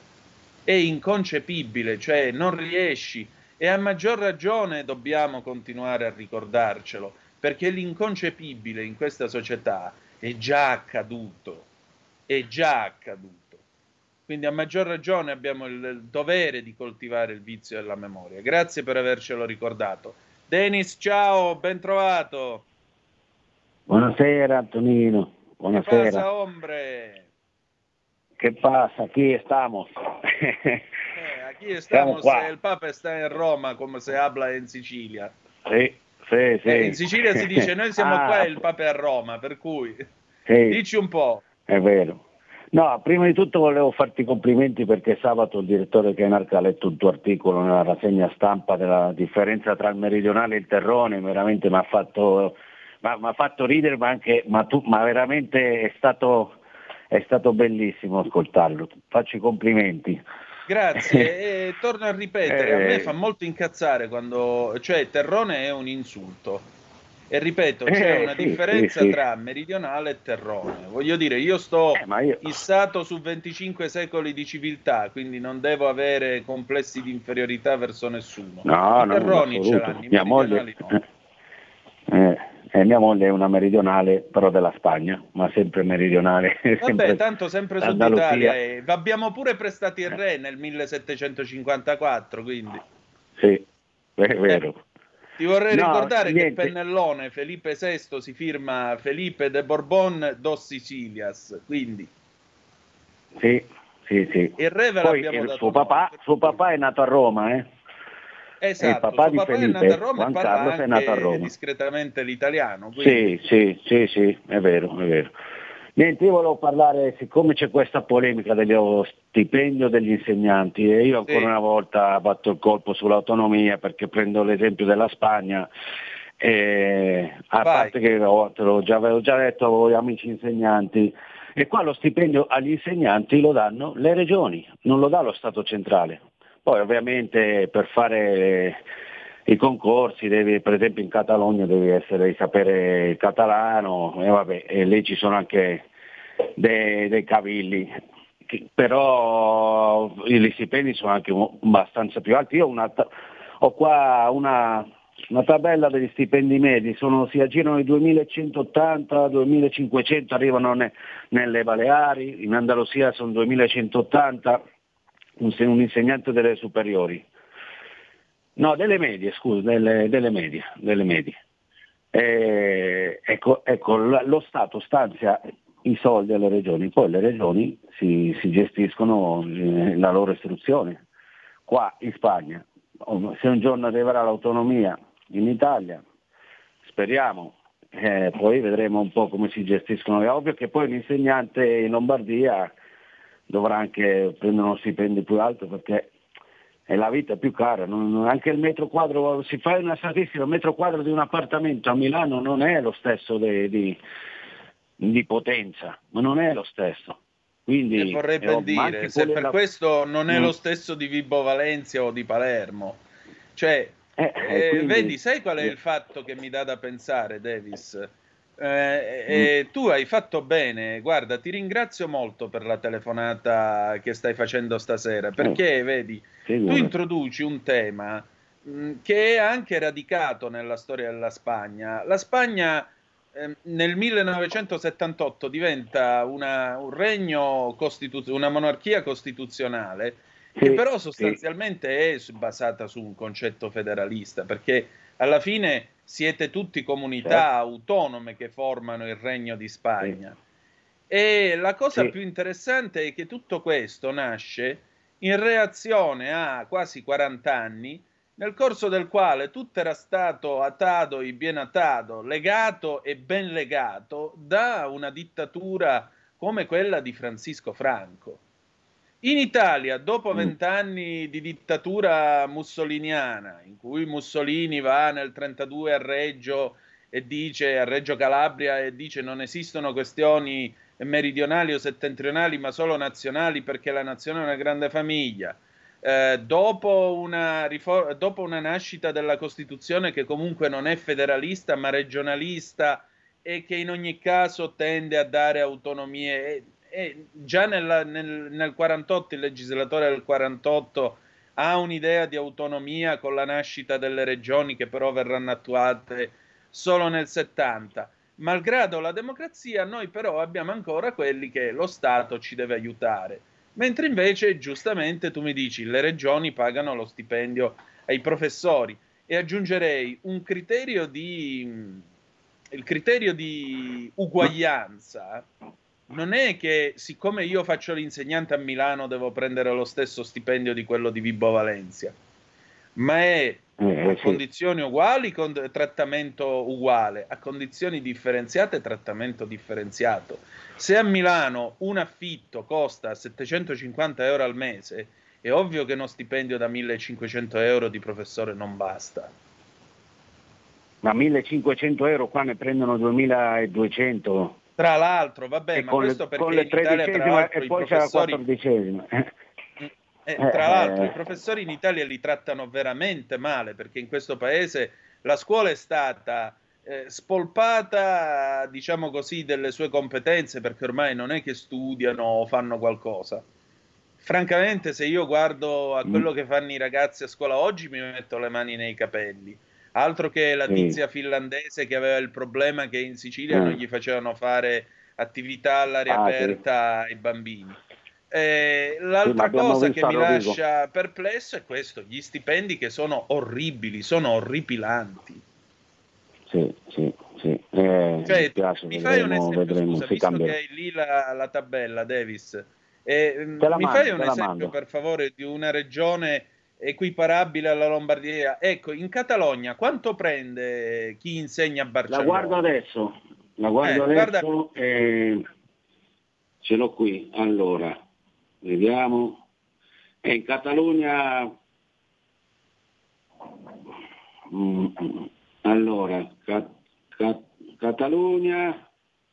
[SPEAKER 3] cioè non riesci, e a maggior ragione dobbiamo continuare a ricordarcelo, perché l'inconcepibile in questa società è già accaduto. Quindi a maggior ragione abbiamo il dovere di coltivare il vizio della memoria. Grazie per avercelo ricordato. Denis, ciao, ben trovato.
[SPEAKER 13] Buonasera Antonino, buonasera.
[SPEAKER 3] Che pasa, hombre?
[SPEAKER 13] ¿Qué pasa? Aquí estamos.
[SPEAKER 3] Aquí estamos, il Papa sta in Roma, come se habla in Sicilia.
[SPEAKER 13] Sì.
[SPEAKER 3] In Sicilia si dice noi siamo qua e il Papa è a Roma, per cui dici un po'.
[SPEAKER 13] È vero. No, prima di tutto volevo farti i complimenti perché sabato il direttore Kenarca ha letto un tuo articolo nella rassegna stampa della differenza tra il meridionale e il terrone, veramente mi ha fatto ridere, ma veramente è stato bellissimo ascoltarlo. Faccio i complimenti.
[SPEAKER 3] Grazie, e torno a ripetere, a me fa molto incazzare quando, cioè terrone è un insulto, e ripeto, c'è una differenza tra meridionale e terrone. Voglio dire, io sto issato su 25 secoli di civiltà, quindi non devo avere complessi di inferiorità verso nessuno. I terroni ce l'hanno, i meridionali no.
[SPEAKER 13] Mia moglie è una meridionale, però della Spagna, ma sempre meridionale.
[SPEAKER 3] Vabbè, tanto sempre Sud Italia. Abbiamo pure prestati il re nel 1754, quindi.
[SPEAKER 13] Sì, è vero.
[SPEAKER 3] Ti vorrei ricordare che il pennellone Felipe VI si firma Felipe de Borbón dos Sicilias, quindi.
[SPEAKER 13] Sì.
[SPEAKER 3] Il re ve
[SPEAKER 13] Poi
[SPEAKER 3] l'abbiamo dato.
[SPEAKER 13] Suo papà è nato a Roma,
[SPEAKER 3] Esatto,
[SPEAKER 13] il papà di Felipe,
[SPEAKER 3] è nato a Roma
[SPEAKER 13] Juan
[SPEAKER 3] e parla
[SPEAKER 13] Carlos, è nato a
[SPEAKER 3] anche
[SPEAKER 13] Roma.
[SPEAKER 3] discretamente l'italiano. Quindi.
[SPEAKER 13] Sì, è vero. Niente, io volevo parlare, siccome c'è questa polemica dello stipendio degli insegnanti, e io ancora una volta batto il colpo sull'autonomia, perché prendo l'esempio della Spagna, a parte che avevo già detto a voi amici insegnanti, e qua lo stipendio agli insegnanti lo danno le regioni, non lo dà lo Stato centrale. Poi ovviamente per fare i concorsi devi, per esempio in Catalogna devi sapere il catalano, e lì ci sono anche dei cavilli, però gli stipendi sono anche abbastanza più alti. Io ho qua una tabella degli stipendi medi, si aggirano i 2180, 2500 arrivano nelle Baleari, in Andalusia sono 2180, un insegnante delle superiori. No, delle medie, scusa, delle medie. Ecco, lo Stato stanzia i soldi alle regioni, poi le regioni si gestiscono la loro istruzione. Qua in Spagna, se un giorno arriverà l'autonomia in Italia, speriamo, poi vedremo un po' come si gestiscono. È ovvio che poi l'insegnante in Lombardia dovrà anche prendere uno stipendio più alto, perché la vita è più cara, anche il metro quadro, si fa una statistica, il metro quadro di un appartamento a Milano non è lo stesso di Potenza, ma non è lo stesso. Quindi
[SPEAKER 3] vorrei ben dire, se per questo non è lo stesso di Vibo Valencia o di Palermo. Cioè, quindi, vedi, sai qual è il fatto che mi dà da pensare, Davis? Tu hai fatto bene, guarda, ti ringrazio molto per la telefonata che stai facendo stasera, perché vedi, tu introduci un tema che è anche radicato nella storia della Spagna. La Spagna nel 1978 diventa un regno una monarchia costituzionale, che però sostanzialmente è basata su un concetto federalista, perché alla fine siete tutti comunità autonome che formano il Regno di Spagna. E la cosa più interessante è che tutto questo nasce in reazione a quasi 40 anni, nel corso del quale tutto era stato atado e bien atado, legato e ben legato da una dittatura come quella di Francisco Franco. In Italia, dopo 20 anni di dittatura mussoliniana, in cui Mussolini va nel 1932 a Reggio Calabria e dice non esistono questioni meridionali o settentrionali, ma solo nazionali, perché la nazione è una grande famiglia. Dopo una nascita della Costituzione che comunque non è federalista ma regionalista e che in ogni caso tende a dare autonomie, e già nel 48 il legislatore del 48 ha un'idea di autonomia con la nascita delle regioni, che però verranno attuate solo nel 70. Malgrado la democrazia, noi però abbiamo ancora quelli che lo Stato ci deve aiutare, mentre invece giustamente tu mi dici le regioni pagano lo stipendio ai professori, e aggiungerei il criterio di uguaglianza. Non è che siccome io faccio l'insegnante a Milano devo prendere lo stesso stipendio di quello di Vibo Valencia, ma è a condizioni uguali con trattamento uguale, a condizioni differenziate trattamento differenziato. Se a Milano un affitto costa 750 euro al mese, è ovvio che uno stipendio da 1500 euro di professore non basta.
[SPEAKER 13] Ma 1500 euro qua ne prendono 2200.
[SPEAKER 3] Tra l'altro, vabbè, ma questo perché in Italia, tra l'altro,
[SPEAKER 13] e poi c'è la 14ª.
[SPEAKER 3] Tra l'altro, i professori in Italia li trattano veramente male, perché in questo paese la scuola è stata spolpata, diciamo così, delle sue competenze, perché ormai non è che studiano o fanno qualcosa. Francamente, se io guardo a quello che fanno i ragazzi a scuola oggi, mi metto le mani nei capelli. Altro che la
[SPEAKER 13] Sì.
[SPEAKER 3] tizia finlandese che aveva il problema che in Sicilia non gli facevano fare attività all'aria
[SPEAKER 13] Ah, sì.
[SPEAKER 3] aperta ai bambini.
[SPEAKER 13] Sì, ma
[SPEAKER 3] L'altra
[SPEAKER 13] abbiamo
[SPEAKER 3] cosa
[SPEAKER 13] visto
[SPEAKER 3] che
[SPEAKER 13] a
[SPEAKER 3] mi
[SPEAKER 13] Rovigo.
[SPEAKER 3] lascia perplesso è questo, gli stipendi che sono orribili, sono orripilanti.
[SPEAKER 13] Sì.
[SPEAKER 3] Cioè,
[SPEAKER 13] Mi spiace,
[SPEAKER 3] mi fai un esempio,
[SPEAKER 13] vedremo
[SPEAKER 3] scusa,
[SPEAKER 13] se
[SPEAKER 3] visto
[SPEAKER 13] cambierà.
[SPEAKER 3] che hai lì la tabella, Davis,
[SPEAKER 13] Te la
[SPEAKER 3] mi
[SPEAKER 13] mando,
[SPEAKER 3] fai un
[SPEAKER 13] te la
[SPEAKER 3] esempio
[SPEAKER 13] mando.
[SPEAKER 3] per favore di una regione equiparabile alla Lombardia? Ecco, in Catalogna quanto prende chi insegna a
[SPEAKER 13] La
[SPEAKER 3] Barcellona?
[SPEAKER 13] guardo adesso,
[SPEAKER 3] guarda,
[SPEAKER 13] ce l'ho qui. Allora, vediamo. In Catalogna, allora, Catalogna,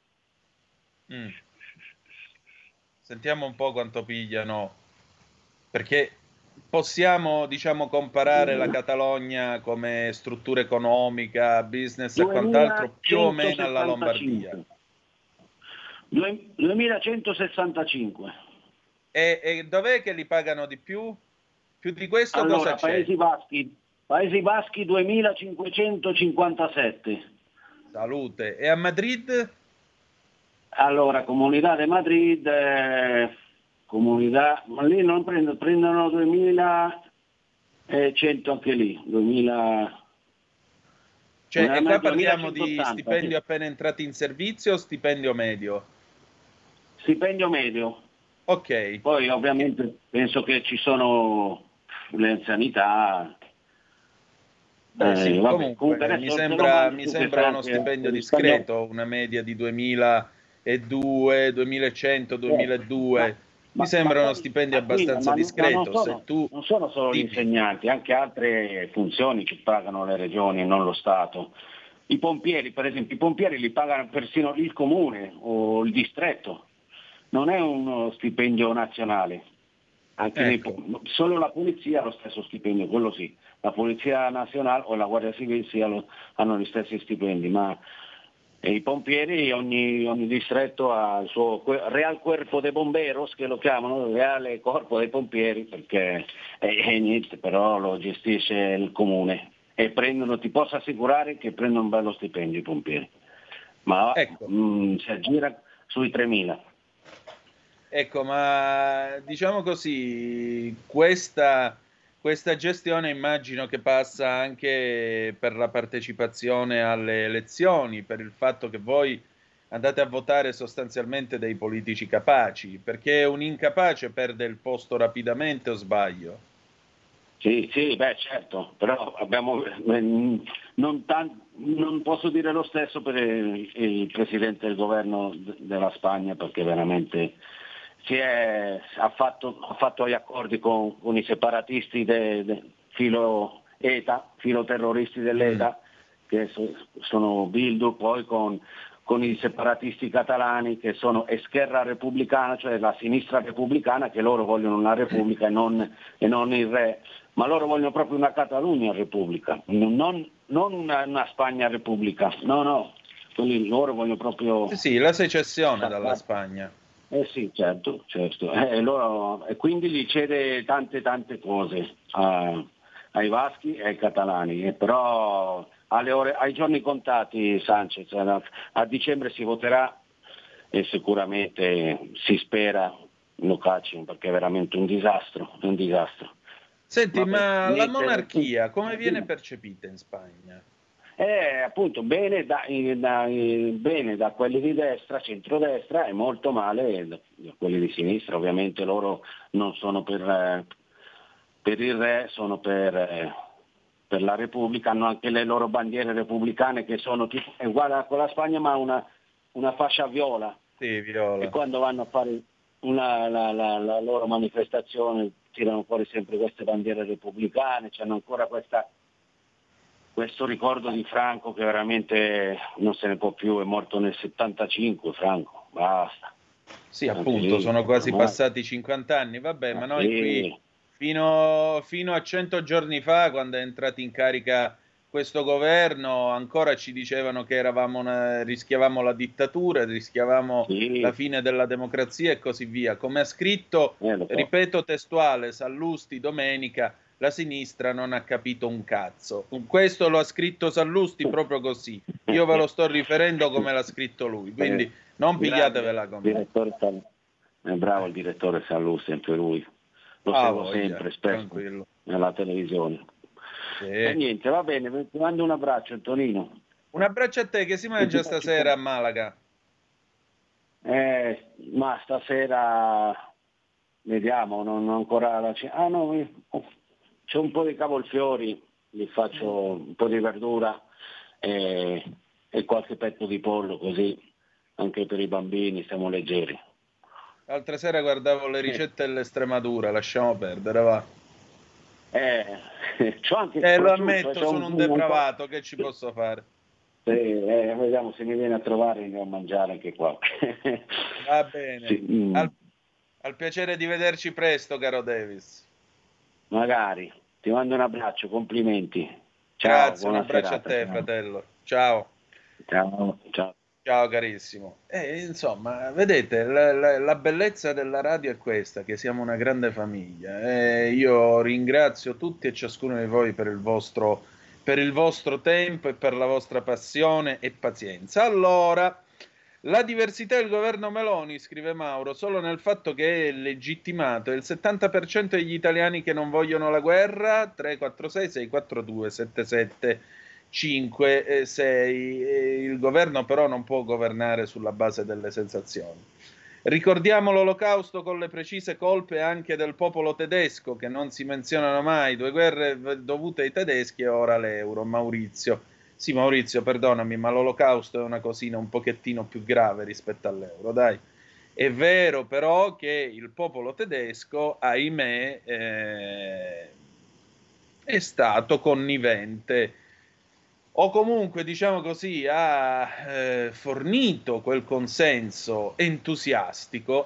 [SPEAKER 3] sentiamo un po' quanto pigliano, perché possiamo, diciamo, comparare la Catalogna come struttura economica, business e quant'altro più o meno alla Lombardia.
[SPEAKER 13] 2165.
[SPEAKER 3] E dov'è che li pagano di più? Più di questo
[SPEAKER 13] Allora,
[SPEAKER 3] cosa c'è?
[SPEAKER 13] Paesi Baschi 2557.
[SPEAKER 3] Salute. E a Madrid?
[SPEAKER 13] Allora, Comunità de Madrid, ma lì non prendono 2100 anche lì, 2000.
[SPEAKER 3] Cioè, e qua parliamo
[SPEAKER 13] 2180,
[SPEAKER 3] di stipendio
[SPEAKER 13] sì.
[SPEAKER 3] appena entrati in servizio o stipendio medio?
[SPEAKER 13] Stipendio medio.
[SPEAKER 3] Ok.
[SPEAKER 13] Poi ovviamente penso che ci sono le anzianità.
[SPEAKER 3] Sì,
[SPEAKER 13] Vabbè,
[SPEAKER 3] comunque
[SPEAKER 13] adesso
[SPEAKER 3] mi
[SPEAKER 13] te lo
[SPEAKER 3] sembra
[SPEAKER 13] mando tu che sai
[SPEAKER 3] uno
[SPEAKER 13] anche
[SPEAKER 3] stipendio
[SPEAKER 13] il spagnolo.
[SPEAKER 3] discreto, una media di 2002, 2100, 2002. Mi sembra uno stipendio abbastanza discreto. Se tu
[SPEAKER 13] non sono solo gli insegnanti, anche altre funzioni che pagano le regioni, non lo Stato. I pompieri, per esempio, li pagano persino il comune o il distretto. Non è uno stipendio nazionale. Anche solo la polizia ha lo stesso stipendio, quello sì. La polizia nazionale o la Guardia Civile hanno gli stessi stipendi, ma i pompieri, ogni distretto ha il suo Real Cuerpo de Bomberos, che lo chiamano, Reale Corpo dei Pompieri, perché niente, però lo gestisce il comune e ti posso assicurare che prendono un bello stipendio i pompieri, ma si aggira sui 3.000.
[SPEAKER 3] Ecco, ma diciamo così, questa gestione immagino che passa anche per la partecipazione alle elezioni, per il fatto che voi andate a votare sostanzialmente dei politici capaci, perché un incapace perde il posto rapidamente, o sbaglio?
[SPEAKER 13] Sì, certo, però non posso dire lo stesso per il Presidente del Governo della Spagna, perché veramente ha fatto gli accordi con i separatisti filo terroristi dell'ETA, che sono Bildu, poi con i separatisti catalani che sono Esquerra Repubblicana, cioè la sinistra repubblicana, che loro vogliono una repubblica e non il re, ma loro vogliono proprio una Catalogna repubblica, non una Spagna repubblica, no, loro vogliono proprio...
[SPEAKER 3] Sì, la secessione dalla Spagna.
[SPEAKER 13] Sì, certo. E quindi gli cede tante cose ai baschi e ai catalani, però ai giorni contati, Sanchez, a dicembre si voterà e sicuramente si spera lo cacciano, perché è veramente un disastro.
[SPEAKER 3] Senti, ma la monarchia come viene percepita in Spagna?
[SPEAKER 13] Appunto bene da quelli di destra, centrodestra, e molto male da quelli di sinistra. Ovviamente loro non sono per il re, sono per la Repubblica, hanno anche le loro bandiere repubblicane che sono è uguale con la Spagna, ma una fascia viola.
[SPEAKER 3] Sì, viola.
[SPEAKER 13] E quando vanno a fare la loro manifestazione tirano fuori sempre queste bandiere repubblicane, c'hanno ancora questo ricordo di Franco che veramente non se ne può più, è morto nel 75 Franco, basta.
[SPEAKER 3] Sì, appunto, sono quasi passati 50 anni, vabbè, ma noi qui fino a 100 giorni fa, quando è entrato in carica questo governo, ancora ci dicevano che rischiavamo la dittatura, rischiavamo la fine della democrazia e così via. Come ha scritto, ripeto testuale, Sallusti domenica, la sinistra non ha capito un cazzo. Questo lo ha scritto Sallusti proprio così. Io ve lo sto riferendo come l'ha scritto lui, quindi non pigliatevela con me.
[SPEAKER 13] È bravo il direttore Sallusti, sempre lui. Lo seguo sempre, spesso,
[SPEAKER 3] tranquillo,
[SPEAKER 13] nella televisione.
[SPEAKER 3] Sì.
[SPEAKER 13] E niente, va bene, ti mando un abbraccio, Antonino.
[SPEAKER 3] Un abbraccio a te, che si mangia stasera a Malaga?
[SPEAKER 13] Ma stasera vediamo, non ancora la c'è un po' di cavolfiori, gli faccio un po' di verdura e qualche petto di pollo, così anche per i bambini siamo leggeri.
[SPEAKER 3] L'altra sera guardavo le ricette dell'Estremadura, lasciamo perdere, va.
[SPEAKER 13] C'ho anche
[SPEAKER 3] lo ammetto, sono un depravato, che ci posso fare?
[SPEAKER 13] Vediamo se mi viene a trovare, andiamo a mangiare anche qua.
[SPEAKER 3] Va bene,
[SPEAKER 13] sì.
[SPEAKER 3] Al piacere di vederci presto, caro Davis.
[SPEAKER 13] Magari, ti mando un abbraccio, complimenti.
[SPEAKER 3] Ciao, grazie, un abbraccio serata, a te, ciao. Fratello. Ciao. Ciao carissimo. Insomma, vedete, la bellezza della radio è questa, che siamo una grande famiglia. Io ringrazio tutti e ciascuno di voi per il vostro tempo e per la vostra passione e pazienza. Allora, la diversità del governo Meloni, scrive Mauro, solo nel fatto che è legittimato il 70% degli italiani che non vogliono la guerra. 346 642 7756. Il governo però non può governare sulla base delle sensazioni. Ricordiamo l'Olocausto con le precise colpe anche del popolo tedesco, che non si menzionano mai. 2 guerre dovute ai tedeschi e ora l'euro. Maurizio. Sì, Maurizio, perdonami, ma l'Olocausto è una cosina un pochettino più grave rispetto all'euro, dai. È vero però che il popolo tedesco, ahimè, è stato connivente, o comunque, diciamo così, ha fornito quel consenso entusiastico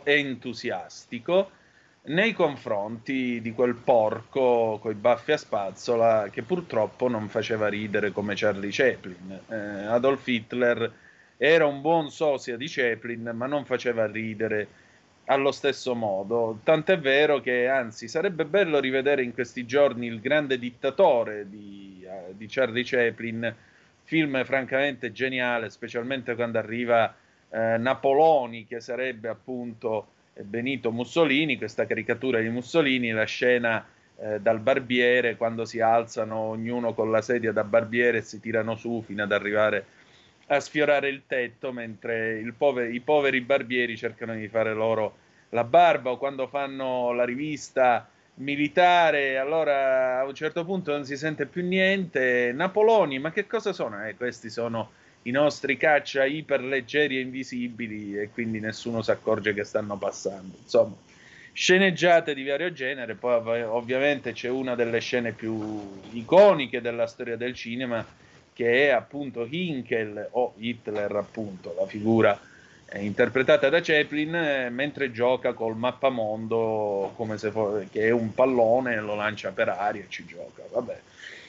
[SPEAKER 3] nei confronti di quel porco coi baffi a spazzola che purtroppo non faceva ridere come Charlie Chaplin. Adolf Hitler era un buon sosia di Chaplin, ma non faceva ridere allo stesso modo. Tant'è vero che, anzi, sarebbe bello rivedere in questi giorni Il grande dittatore di Charlie Chaplin, film francamente geniale, specialmente quando arriva Napoloni, che sarebbe appunto Benito Mussolini, questa caricatura di Mussolini, la scena dal barbiere, quando si alzano ognuno con la sedia da barbiere e si tirano su fino ad arrivare a sfiorare il tetto, mentre i poveri barbieri cercano di fare loro la barba, o quando fanno la rivista militare, allora a un certo punto non si sente più niente. Napoloni, ma che cosa sono? Questi sono i nostri caccia iperleggeri e invisibili, e quindi nessuno si accorge che stanno passando. Insomma, sceneggiate di vario genere. Poi ovviamente c'è una delle scene più iconiche della storia del cinema, che è appunto Hinkel, o Hitler appunto, la figura interpretata da Chaplin, mentre gioca col mappamondo come se che è un pallone, lo lancia per aria e ci gioca. Vabbè.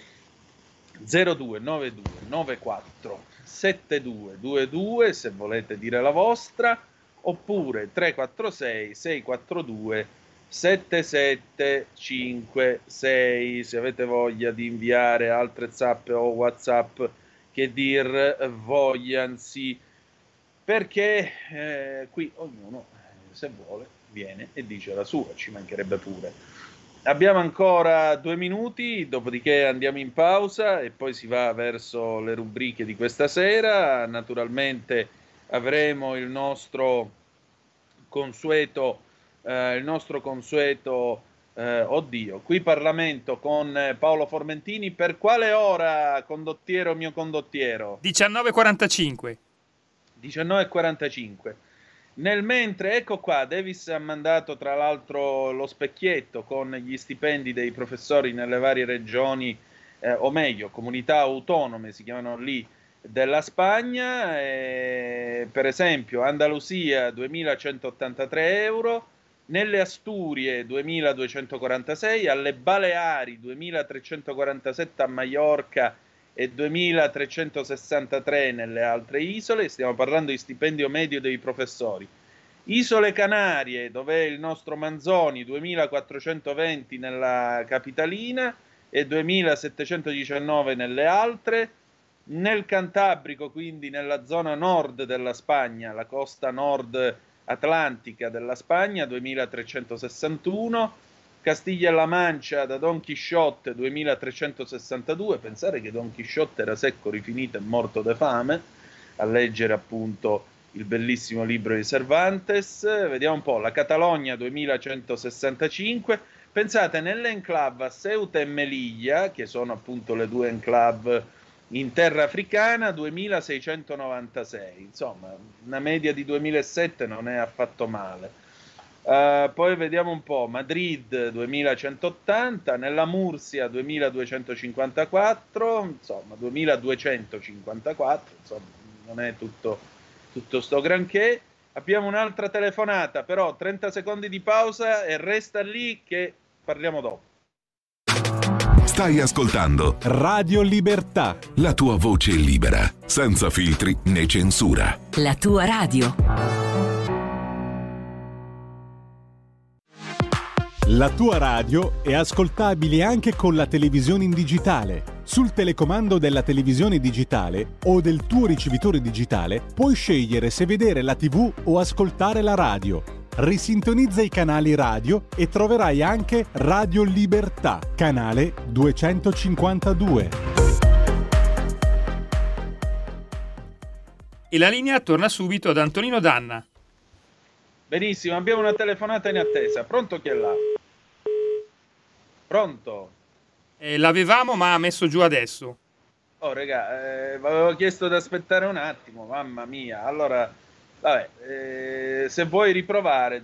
[SPEAKER 3] 0292 94 7222 se volete dire la vostra, oppure 346 642 7756 se avete voglia di inviare altre zappe o WhatsApp che dir vogliansi, perché qui ognuno, se vuole, viene e dice la sua, ci mancherebbe pure. Abbiamo ancora 2 minuti, dopodiché andiamo in pausa e poi si va verso le rubriche di questa sera. Naturalmente avremo il nostro consueto qui Parlamento con Paolo Formentini. Per quale ora, condottiero mio condottiero?
[SPEAKER 2] 19:45.
[SPEAKER 3] 19:45. Nel mentre, ecco qua, Davis ha mandato tra l'altro lo specchietto con gli stipendi dei professori nelle varie regioni, o meglio, comunità autonome, si chiamano lì, della Spagna. Per esempio, Andalusia 2.183 euro, nelle Asturie 2.246, alle Baleari 2.347 a Maiorca e 2.363 nelle altre isole. Stiamo parlando di stipendio medio dei professori. Isole Canarie, dove è il nostro Manzoni, 2420 nella capitalina e 2719 nelle altre. Nel Cantabrico, quindi nella zona nord della Spagna, la costa nord atlantica della Spagna, 2361. Castiglia-La Mancia da Don Chisciotte 2362, pensare che Don Chisciotte era secco, rifinito e morto de fame, a leggere appunto il bellissimo libro di Cervantes. Vediamo un po', la Catalogna 2165, pensate nell'enclave a Ceuta e Melilla, che sono appunto le due enclave in terra africana, 2696, insomma una media di 2007 non è affatto male. Poi vediamo un po', Madrid 2180, nella Mursia 2254, insomma 2254, insomma non è tutto sto granché. Abbiamo un'altra telefonata, però 30 secondi di pausa e resta lì che parliamo dopo.
[SPEAKER 7] Stai ascoltando
[SPEAKER 1] Radio Libertà,
[SPEAKER 7] la tua voce libera, senza filtri né censura.
[SPEAKER 14] La tua radio.
[SPEAKER 1] La tua radio è ascoltabile anche con la televisione in digitale. Sul telecomando della televisione digitale o del tuo ricevitore digitale puoi scegliere se vedere la TV o ascoltare la radio. Risintonizza i canali radio e troverai anche Radio Libertà, canale 252.
[SPEAKER 2] E la linea torna subito ad Antonino Danna.
[SPEAKER 3] Benissimo, abbiamo una telefonata in attesa. Pronto, chi è là? Pronto?
[SPEAKER 2] L'avevamo ma ha messo giù adesso.
[SPEAKER 3] Oh regà, vi avevo chiesto di aspettare un attimo, mamma mia. Allora, vabbè, se vuoi riprovare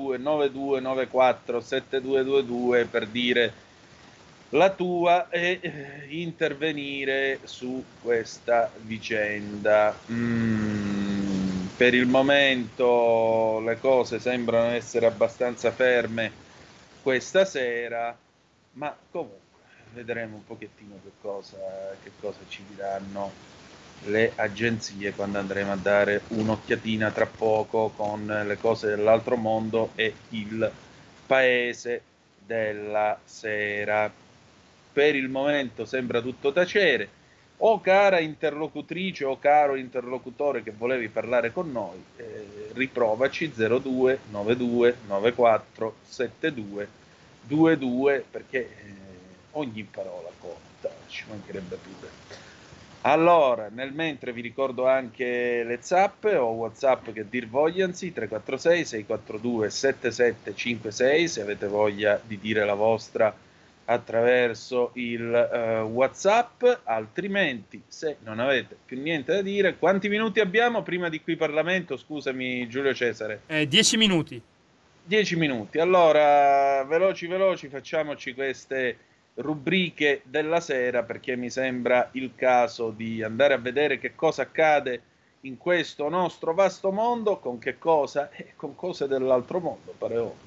[SPEAKER 3] 0292947222 per dire la tua e intervenire su questa vicenda. Per il momento le cose sembrano essere abbastanza ferme questa sera, ma comunque vedremo un pochettino che cosa ci diranno le agenzie quando andremo a dare un'occhiatina tra poco con le cose dell'altro mondo e il paese della sera. Per il momento sembra tutto tacere. O cara interlocutrice o caro interlocutore che volevi parlare con noi, riprovaci 02 92 94 72 22 perché ogni parola conta, ci mancherebbe più. Allora, nel mentre vi ricordo anche le zappe o WhatsApp che dir vogliansi, 346 642 7756 se avete voglia di dire la vostra attraverso il WhatsApp, altrimenti se non avete più niente da dire. Quanti minuti abbiamo prima di qui Parlamento? Scusami Giulio Cesare.
[SPEAKER 2] 10 minuti.
[SPEAKER 3] 10 minuti. Allora, veloci, facciamoci queste rubriche della sera perché mi sembra il caso di andare a vedere che cosa accade in questo nostro vasto mondo, con che cosa? Con cose dell'altro mondo, pare ovvio.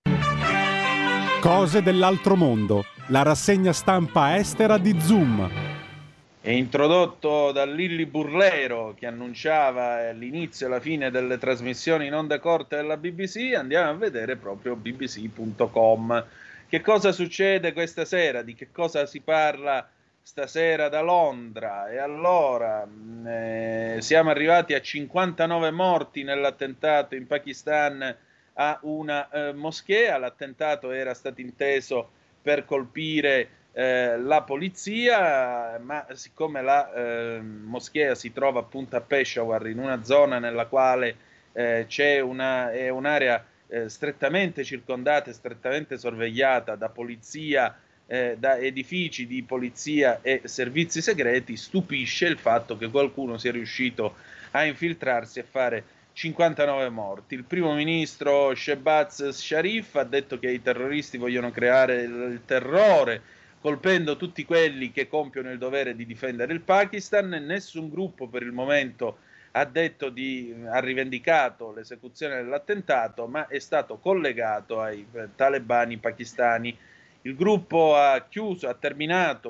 [SPEAKER 1] Cose dell'altro mondo, la rassegna stampa estera di Zoom.
[SPEAKER 3] È introdotto da Lilli Burlero che annunciava l'inizio e la fine delle trasmissioni in onda corta della BBC. Andiamo a vedere proprio bbc.com. Che cosa succede questa sera? Di che cosa si parla stasera da Londra? E allora siamo arrivati a 59 morti nell'attentato in Pakistan a una moschea. L'attentato era stato inteso per colpire la polizia, ma siccome la moschea si trova appunto a Peshawar, in una zona nella quale c'è un'area strettamente circondata e strettamente sorvegliata da polizia, da edifici di polizia e servizi segreti, stupisce il fatto che qualcuno sia riuscito a infiltrarsi e fare 59 morti. Il primo ministro Shehbaz Sharif ha detto che i terroristi vogliono creare il terrore colpendo tutti quelli che compiono il dovere di difendere il Pakistan. Nessun gruppo per il momento ha rivendicato l'esecuzione dell'attentato, ma è stato collegato ai talebani pakistani. Il gruppo ha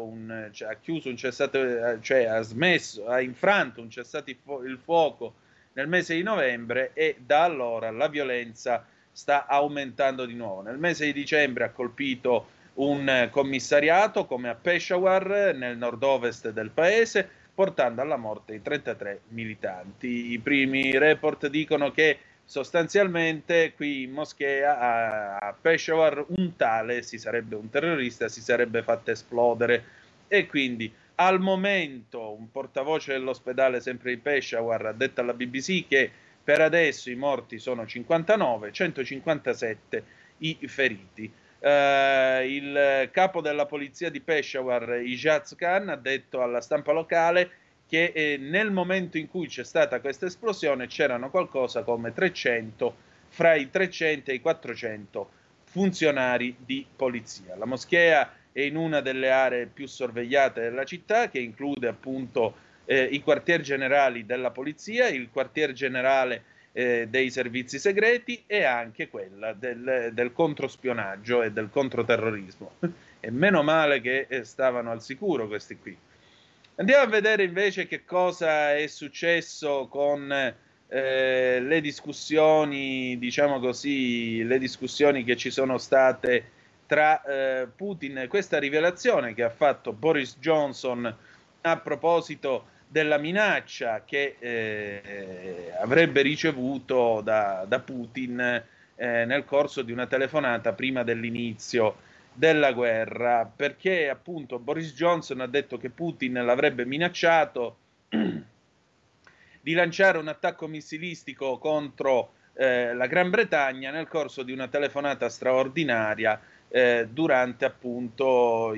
[SPEAKER 3] infranto un cessate il fuoco nel mese di novembre e da allora la violenza sta aumentando di nuovo. Nel mese di dicembre ha colpito un commissariato come a Peshawar nel nord-ovest del paese, portando alla morte i 33 militanti. I primi report dicono che sostanzialmente qui in moschea a Peshawar un terrorista si sarebbe fatto esplodere, e quindi al momento un portavoce dell'ospedale sempre di Peshawar ha detto alla BBC che per adesso i morti sono 59, 157 i feriti. Il capo della polizia di Peshawar, Ijaz Khan, ha detto alla stampa locale che nel momento in cui c'è stata questa esplosione c'erano qualcosa come 300, fra i 300 e i 400 funzionari di polizia. La moschea è in una delle aree più sorvegliate della città, che include appunto i quartier generali della polizia, il quartier generale dei servizi segreti e anche quella del controspionaggio e del controterrorismo. E meno male che stavano al sicuro questi qui. Andiamo a vedere invece che cosa è successo con le discussioni, diciamo così, le discussioni che ci sono state tra Putin, questa rivelazione che ha fatto Boris Johnson a proposito della minaccia che avrebbe ricevuto da Putin nel corso di una telefonata prima dell'inizio della guerra, perché appunto Boris Johnson ha detto che Putin l'avrebbe minacciato di lanciare un attacco missilistico contro la Gran Bretagna nel corso di una telefonata straordinaria durante appunto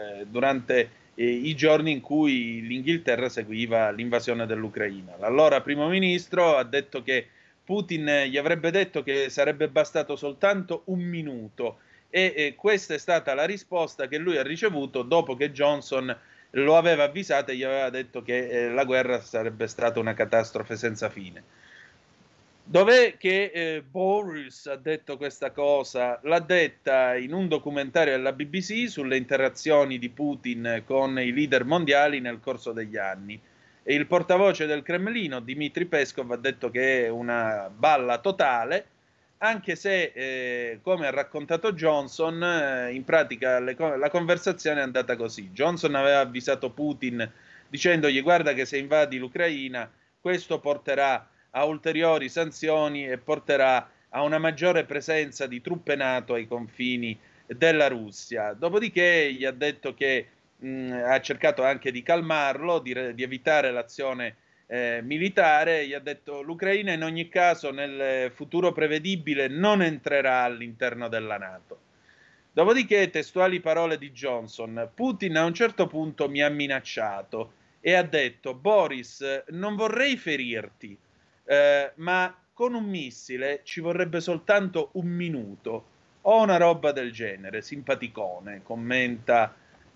[SPEAKER 3] i giorni in cui l'Inghilterra seguiva l'invasione dell'Ucraina. L'allora primo ministro ha detto che Putin gli avrebbe detto che sarebbe bastato soltanto un minuto, e questa è stata la risposta che lui ha ricevuto dopo che Johnson lo aveva avvisato e gli aveva detto che la guerra sarebbe stata una catastrofe senza fine. Dov'è che Boris ha detto questa cosa? L'ha detta in un documentario della BBC sulle interazioni di Putin con i leader mondiali nel corso degli anni. E il portavoce del Cremlino, Dmitry Peskov, ha detto che è una balla totale, anche se, come ha raccontato Johnson, in pratica la conversazione è andata così. Johnson aveva avvisato Putin dicendogli: guarda che se invadi l'Ucraina questo porterà a ulteriori sanzioni e porterà a una maggiore presenza di truppe NATO ai confini della Russia. Dopodiché gli ha detto che ha cercato anche di calmarlo, di evitare l'azione militare. Gli ha detto: l'Ucraina in ogni caso nel futuro prevedibile non entrerà all'interno della NATO. Dopodiché, testuali parole di Johnson: Putin a un certo punto mi ha minacciato e ha detto: Boris, non vorrei ferirti, ma con un missile ci vorrebbe soltanto un minuto o una roba del genere. Simpaticone, commenta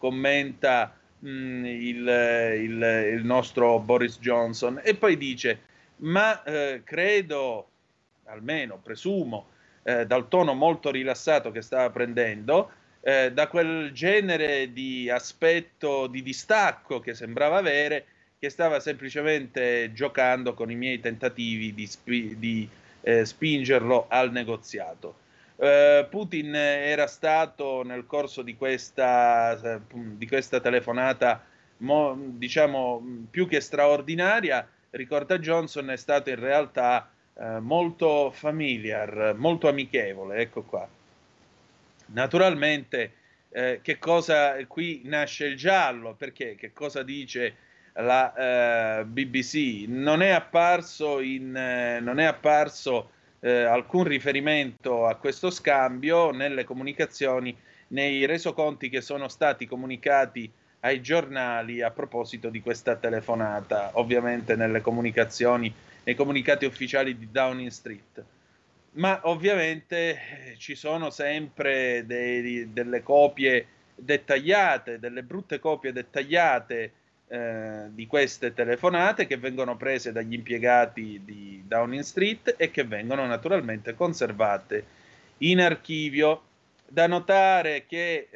[SPEAKER 3] il nostro Boris Johnson, e poi dice: ma credo, almeno presumo, dal tono molto rilassato che stava prendendo, da quel genere di aspetto di distacco che sembrava avere, che stava semplicemente giocando con i miei tentativi di spingerlo al negoziato. Putin era stato nel corso di questa telefonata diciamo più che straordinaria, ricorda Johnson, è stato in realtà molto familiar, molto amichevole, ecco qua. Naturalmente che cosa qui nasce il giallo, perché che cosa dice la BBC? Non è apparso alcun riferimento a questo scambio nelle comunicazioni, nei resoconti che sono stati comunicati ai giornali a proposito di questa telefonata, ovviamente nei comunicati ufficiali di Downing Street. Ma ovviamente ci sono sempre delle copie dettagliate, delle brutte copie dettagliate di queste telefonate, che vengono prese dagli impiegati di Downing Street e che vengono naturalmente conservate in archivio. Da notare che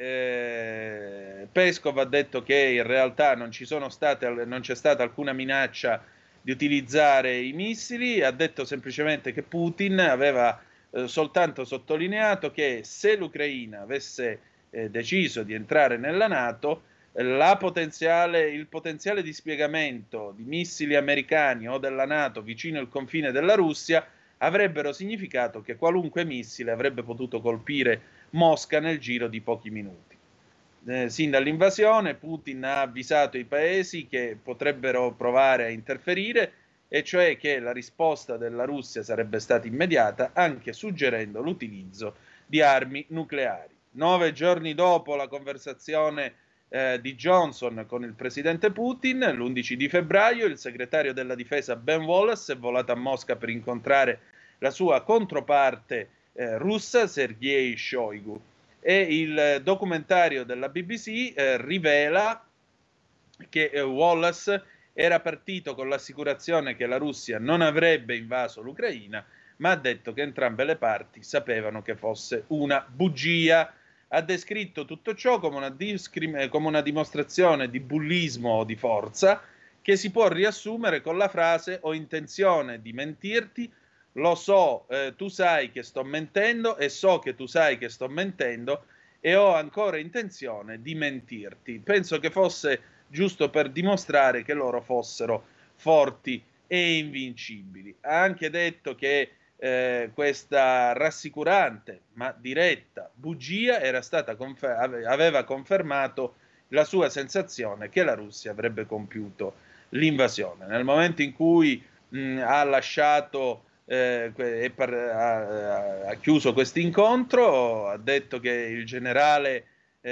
[SPEAKER 3] Peskov ha detto che in realtà non c'è stata alcuna minaccia di utilizzare i missili. Ha detto semplicemente che Putin aveva soltanto sottolineato che se l'Ucraina avesse deciso di entrare nella NATO, il potenziale dispiegamento di missili americani o della NATO vicino al confine della Russia avrebbero significato che qualunque missile avrebbe potuto colpire Mosca nel giro di pochi minuti. Sin dall'invasione Putin ha avvisato i paesi che potrebbero provare a interferire, e cioè che la risposta della Russia sarebbe stata immediata, anche suggerendo l'utilizzo di armi nucleari. 9 giorni dopo la conversazione di Johnson con il presidente Putin, l'11 di febbraio, il segretario della difesa Ben Wallace è volato a Mosca per incontrare la sua controparte russa Sergei Shoigu, e il documentario della BBC rivela che Wallace era partito con l'assicurazione che la Russia non avrebbe invaso l'Ucraina, ma ha detto che entrambe le parti sapevano che fosse una bugia. Ha descritto tutto ciò come una dimostrazione di bullismo o di forza, che si può riassumere con la frase: ho intenzione di mentirti, lo so, tu sai che sto mentendo e so che tu sai che sto mentendo e ho ancora intenzione di mentirti. Penso che fosse giusto per dimostrare che loro fossero forti e invincibili. Ha anche detto che questa rassicurante ma diretta bugia era stata aveva confermato la sua sensazione che la Russia avrebbe compiuto l'invasione. Nel momento in cui ha lasciato ha chiuso questo incontro, ha detto che il generale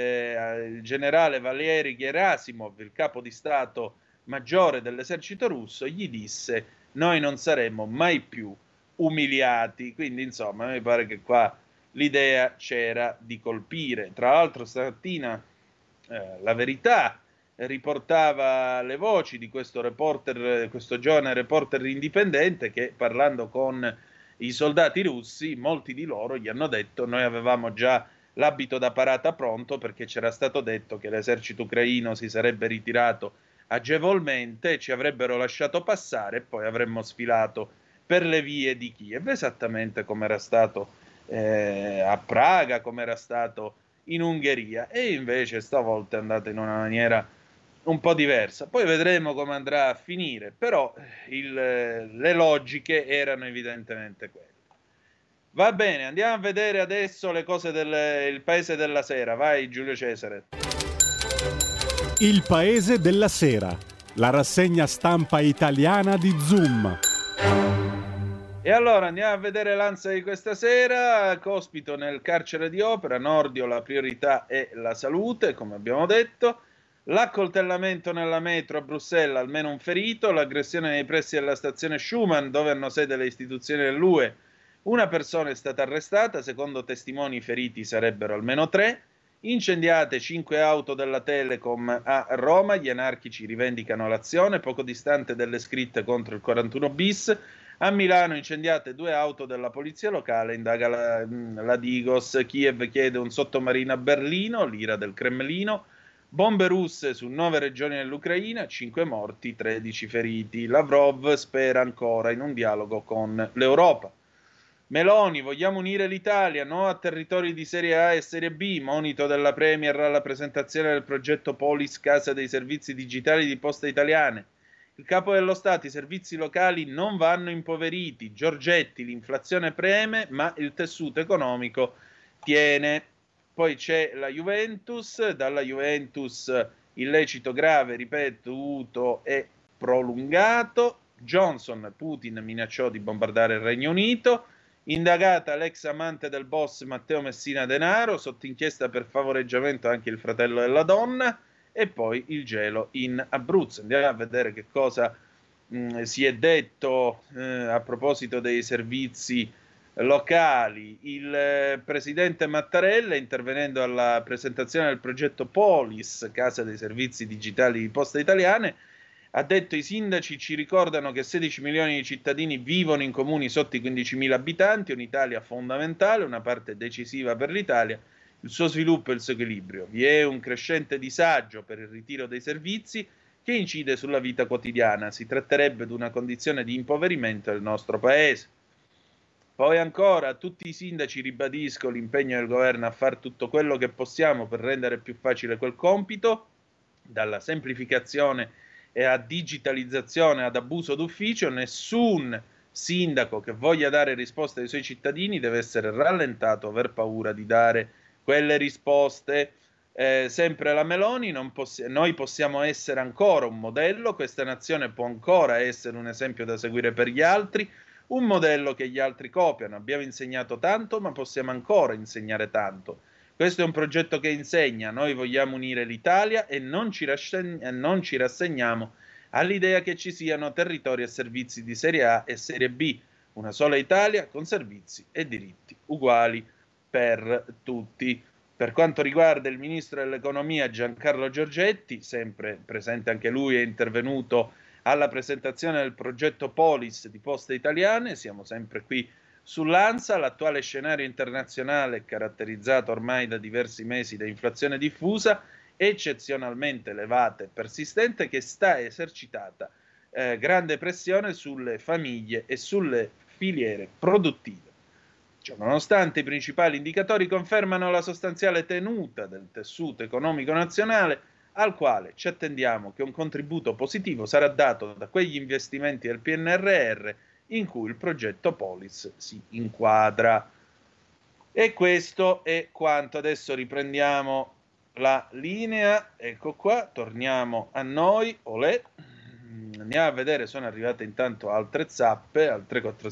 [SPEAKER 3] Valery Gerasimov, il capo di Stato maggiore dell'esercito russo, gli disse: noi non saremo mai più umiliati. Quindi insomma mi pare che qua l'idea c'era di colpire. Tra l'altro stamattina La Verità riportava le voci di questo giovane reporter indipendente che, parlando con i soldati russi, molti di loro gli hanno detto: noi avevamo già l'abito da parata pronto perché c'era stato detto che l'esercito ucraino si sarebbe ritirato agevolmente, ci avrebbero lasciato passare e poi avremmo sfilato per le vie di Kiev, esattamente come era stato a Praga, come era stato in Ungheria, e invece stavolta è andata in una maniera un po' diversa. Poi vedremo come andrà a finire, però le logiche erano evidentemente quelle. Va bene, andiamo a vedere adesso le cose del Paese della Sera. Vai Giulio Cesare.
[SPEAKER 1] Il Paese della Sera, la rassegna stampa italiana di Zoom.
[SPEAKER 3] E allora andiamo a vedere l'ANSA di questa sera. Cospito nel carcere di Opera, Nordio, la priorità è la salute, come abbiamo detto. L'accoltellamento nella metro a Bruxelles, almeno un ferito. L'aggressione nei pressi della stazione Schuman, dove hanno sede le istituzioni dell'UE. Una persona è stata arrestata, secondo testimoni i feriti sarebbero almeno 3. Incendiate 5 auto della Telecom a Roma, gli anarchici rivendicano l'azione, poco distante delle scritte contro il 41 bis. A Milano incendiate 2 auto della polizia locale, indaga la Digos. Kiev chiede un sottomarino a Berlino, l'ira del Cremlino. Bombe russe su 9 regioni dell'Ucraina, 5 morti, 13 feriti. Lavrov spera ancora in un dialogo con l'Europa. Meloni, vogliamo unire l'Italia, no a territori di Serie A e Serie B, monito della Premier alla presentazione del progetto Polis Casa dei Servizi Digitali di Poste Italiane. Il capo dello Stato, i servizi locali non vanno impoveriti. Giorgetti, l'inflazione preme, ma il tessuto economico tiene. Poi c'è la Juventus, dalla Juventus illecito grave, ripetuto e prolungato. Johnson, Putin minacciò di bombardare il Regno Unito. Indagata l'ex amante del boss Matteo Messina Denaro, sotto inchiesta per favoreggiamento anche il fratello della donna. E poi il gelo in Abruzzo. Andiamo a vedere che cosa si è detto a proposito dei servizi locali. Il presidente Mattarella, intervenendo alla presentazione del progetto Polis, Casa dei Servizi Digitali di Poste Italiane, ha detto: i sindaci ci ricordano che 16 milioni di cittadini vivono in comuni sotto i 15.000 abitanti, un'Italia fondamentale, una parte decisiva per l'Italia, il suo sviluppo e il suo equilibrio. Vi è un crescente disagio per il ritiro dei servizi che incide sulla vita quotidiana. Si tratterebbe di una condizione di impoverimento del nostro paese. Poi ancora, a tutti i sindaci ribadisco l'impegno del governo a fare tutto quello che possiamo per rendere più facile quel compito, dalla semplificazione e a digitalizzazione ad abuso d'ufficio. Nessun sindaco che voglia dare risposte ai suoi cittadini deve essere rallentato o aver paura di dare quelle risposte. Sempre la Meloni, noi possiamo essere ancora un modello, questa nazione può ancora essere un esempio da seguire per gli altri, un modello che gli altri copiano. Abbiamo insegnato tanto, ma possiamo ancora insegnare tanto. Questo è un progetto che insegna, noi vogliamo unire l'Italia e non ci rassegniamo all'idea che ci siano territori e servizi di serie A e serie B, una sola Italia con servizi e diritti uguali per tutti. Per quanto riguarda il ministro dell'economia Giancarlo Giorgetti, sempre presente anche lui, è intervenuto alla presentazione del progetto Polis di Poste Italiane. Siamo sempre qui sull'ANSA. L'attuale scenario internazionale è caratterizzato ormai da diversi mesi da inflazione diffusa, eccezionalmente elevata e persistente, che sta esercitata grande pressione sulle famiglie e sulle filiere produttive. Nonostante i principali indicatori confermano la sostanziale tenuta del tessuto economico nazionale, al quale ci attendiamo che un contributo positivo sarà dato da quegli investimenti del PNRR in cui il progetto Polis si inquadra. E questo è quanto. Adesso riprendiamo la linea, ecco qua, torniamo a noi, olè. Andiamo a vedere, sono arrivate intanto altre zappe al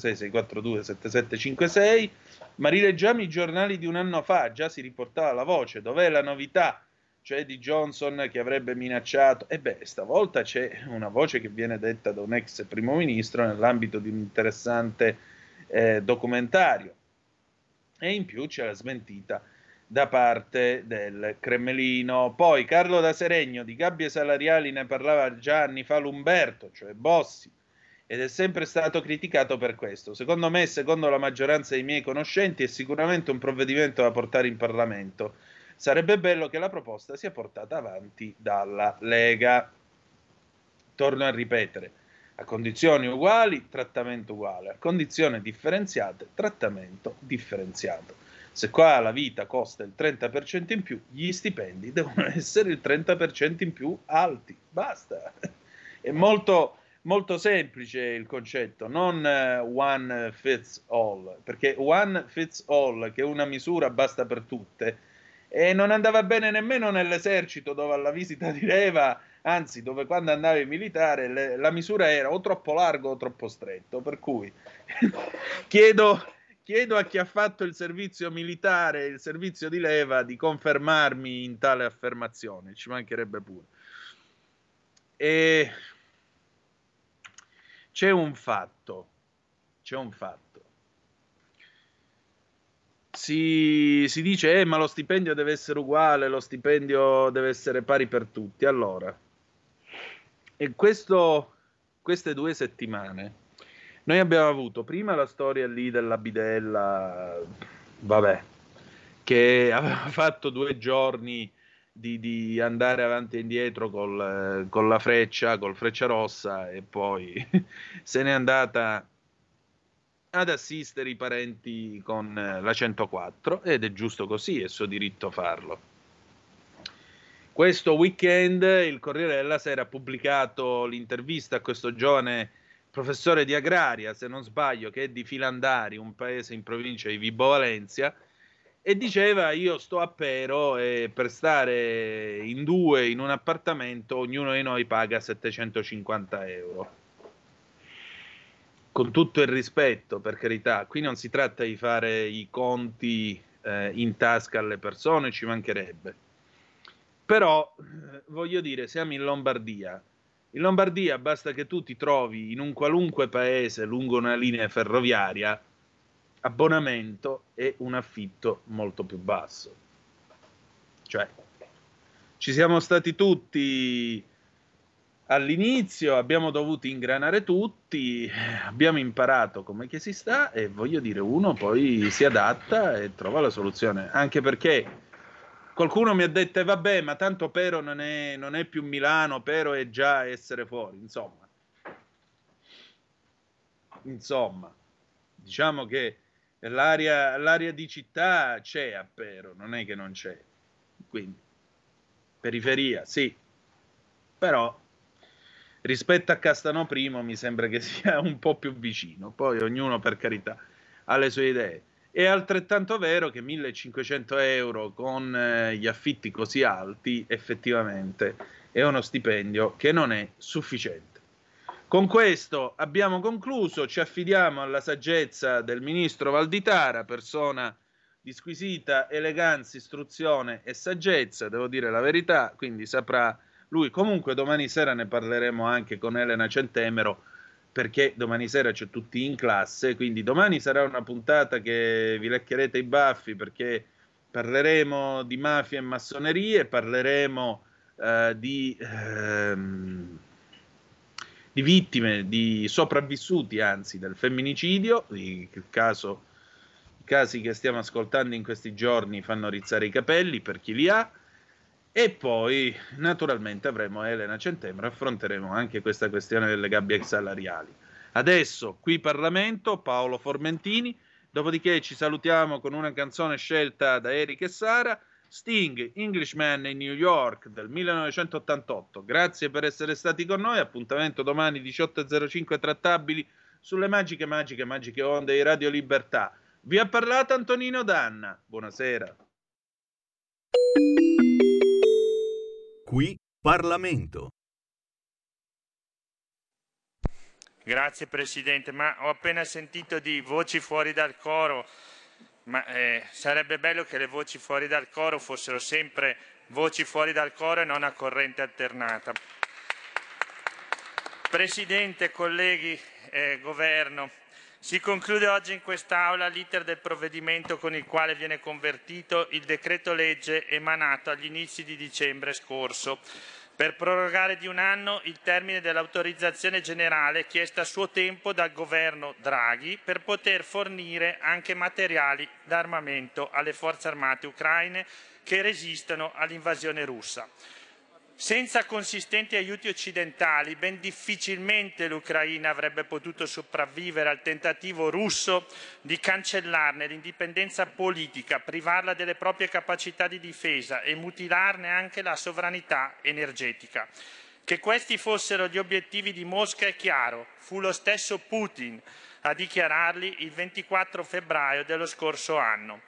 [SPEAKER 3] 346-642-7756, ma rileggiamo i giornali di un anno fa, già si riportava la voce, dov'è la novità? Cioè di Johnson che avrebbe minacciato, stavolta c'è una voce che viene detta da un ex primo ministro nell'ambito di un interessante documentario, e in più c'è la smentita da parte del Cremlino. Poi Carlo da Seregno, di gabbie salariali ne parlava già anni fa Lumberto, cioè Bossi, ed è sempre stato criticato per questo. Secondo me, secondo la maggioranza dei miei conoscenti, è sicuramente un provvedimento da portare in Parlamento. Sarebbe bello che la proposta sia portata avanti dalla Lega. Torno a ripetere, a condizioni uguali, trattamento uguale, a condizioni differenziate, trattamento differenziato. Se qua la vita costa il 30% in più, gli stipendi devono essere il 30% in più alti. Basta. È molto, molto semplice il concetto, non one fits all, perché one fits all, che è una misura basta per tutte, e non andava bene nemmeno nell'esercito, dove alla visita di leva, anzi dove quando andavi militare la misura era o troppo largo o troppo stretto, per cui chiedo a chi ha fatto il servizio militare e il servizio di leva di confermarmi in tale affermazione, ci mancherebbe pure. E c'è un fatto. Si dice, ma lo stipendio deve essere uguale, lo stipendio deve essere pari per tutti. Allora, e queste 2 settimane noi abbiamo avuto prima la storia lì della bidella, che aveva fatto 2 giorni di andare avanti e indietro col freccia rossa, e poi se n'è andata ad assistere i parenti con la 104, ed è giusto così, è suo diritto farlo. Questo weekend il Corriere della Sera ha pubblicato l'intervista a questo giovane professore di agraria, se non sbaglio, che è di Filandari, un paese in provincia di Vibo Valentia, e diceva: io sto a Pero e per stare in 2 in un appartamento ognuno di noi paga 750 euro. Con tutto il rispetto, per carità, qui non si tratta di fare i conti in tasca alle persone, ci mancherebbe. Però, voglio dire, siamo in Lombardia. In Lombardia basta che tu ti trovi in un qualunque paese lungo una linea ferroviaria, abbonamento e un affitto molto più basso. Cioè, ci siamo stati tutti all'inizio, abbiamo dovuto ingranare tutti, abbiamo imparato come che si sta, e voglio dire, uno poi si adatta e trova la soluzione, anche perché Qualcuno mi ha detto, vabbè, ma tanto Pero non è più Milano, Pero è già essere fuori, insomma, diciamo che l'area di città c'è a Pero, non è che non c'è, quindi periferia, sì, però rispetto a Castano Primo mi sembra che sia un po' più vicino, poi ognuno per carità ha le sue idee. È altrettanto vero che 1.500 euro con gli affitti così alti effettivamente è uno stipendio che non è sufficiente. Con questo abbiamo concluso, ci affidiamo alla saggezza del ministro Valditara, persona di squisita eleganza, istruzione e saggezza, devo dire la verità, quindi saprà lui. Comunque domani sera ne parleremo anche con Elena Centemero, perché domani sera c'è tutti in classe, quindi domani sarà una puntata che vi leccherete i baffi, perché parleremo di mafia e massonerie, parleremo di vittime, di sopravvissuti anzi del femminicidio, i casi che stiamo ascoltando in questi giorni fanno rizzare i capelli per chi li ha. E poi naturalmente avremo Elena Centemero, affronteremo anche questa questione delle gabbie salariali. Adesso qui Parlamento, Paolo Formentini, dopodiché ci salutiamo con una canzone scelta da Eric e Sara, Sting, Englishman in New York del 1988. Grazie per essere stati con noi, appuntamento domani 18.05 trattabili sulle magiche onde di Radio Libertà. Vi ha parlato Antonino Danna, buonasera.
[SPEAKER 14] Qui Parlamento.
[SPEAKER 15] Grazie Presidente, ma ho appena sentito di voci fuori dal coro, ma sarebbe bello che le voci fuori dal coro fossero sempre voci fuori dal coro e non a corrente alternata. Presidente, colleghi, Governo, si conclude oggi in quest'Aula l'iter del provvedimento con il quale viene convertito il decreto legge emanato agli inizi di dicembre scorso per prorogare di un anno il termine dell'autorizzazione generale chiesta a suo tempo dal governo Draghi per poter fornire anche materiali d'armamento alle forze armate ucraine che resistono all'invasione russa. Senza consistenti aiuti occidentali, ben difficilmente l'Ucraina avrebbe potuto sopravvivere al tentativo russo di cancellarne l'indipendenza politica, privarla delle proprie capacità di difesa e mutilarne anche la sovranità energetica. Che questi fossero gli obiettivi di Mosca è chiaro, fu lo stesso Putin a dichiararli il 24 febbraio dello scorso anno.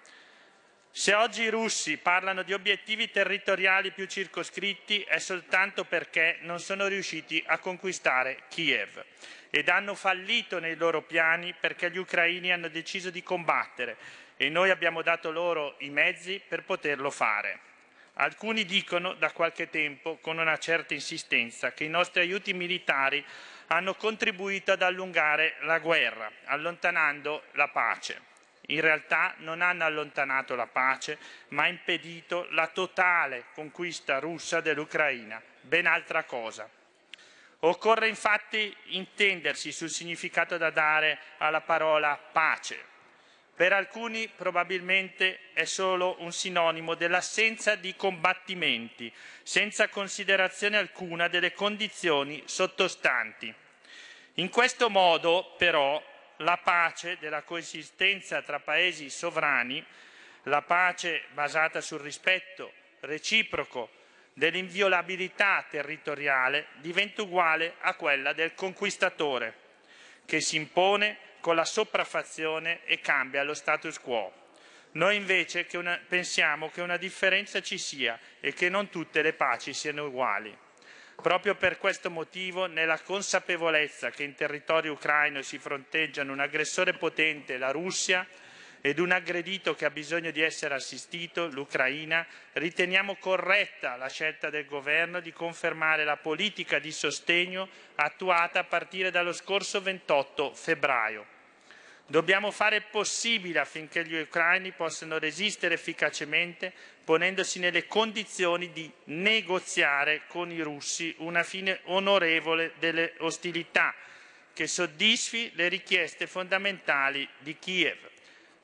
[SPEAKER 15] Se oggi i russi parlano di obiettivi territoriali più circoscritti è soltanto perché non sono riusciti a conquistare Kiev ed hanno fallito nei loro piani perché gli ucraini hanno deciso di combattere e noi abbiamo dato loro i mezzi per poterlo fare. Alcuni dicono da qualche tempo, con una certa insistenza, che i nostri aiuti militari hanno contribuito ad allungare la guerra, allontanando la pace. In realtà non hanno allontanato la pace, ma impedito la totale conquista russa dell'Ucraina, ben altra cosa. Occorre infatti intendersi sul significato da dare alla parola pace. Per alcuni probabilmente è solo un sinonimo dell'assenza di combattimenti, senza considerazione alcuna delle condizioni sottostanti. In questo modo, però, la pace della coesistenza tra paesi sovrani, la pace basata sul rispetto reciproco dell'inviolabilità territoriale, diventa uguale a quella del conquistatore, che si impone con la sopraffazione e cambia lo status quo. Noi invece pensiamo che una differenza ci sia e che non tutte le paci siano uguali. Proprio per questo motivo, nella consapevolezza che in territorio ucraino si fronteggiano un aggressore potente, la Russia, ed un aggredito che ha bisogno di essere assistito, l'Ucraina, riteniamo corretta la scelta del Governo di confermare la politica di sostegno attuata a partire dallo scorso 28 febbraio. Dobbiamo fare il possibile affinché gli ucraini possano resistere efficacemente, ponendosi nelle condizioni di negoziare con i russi una fine onorevole delle ostilità, che soddisfi le richieste fondamentali di Kiev.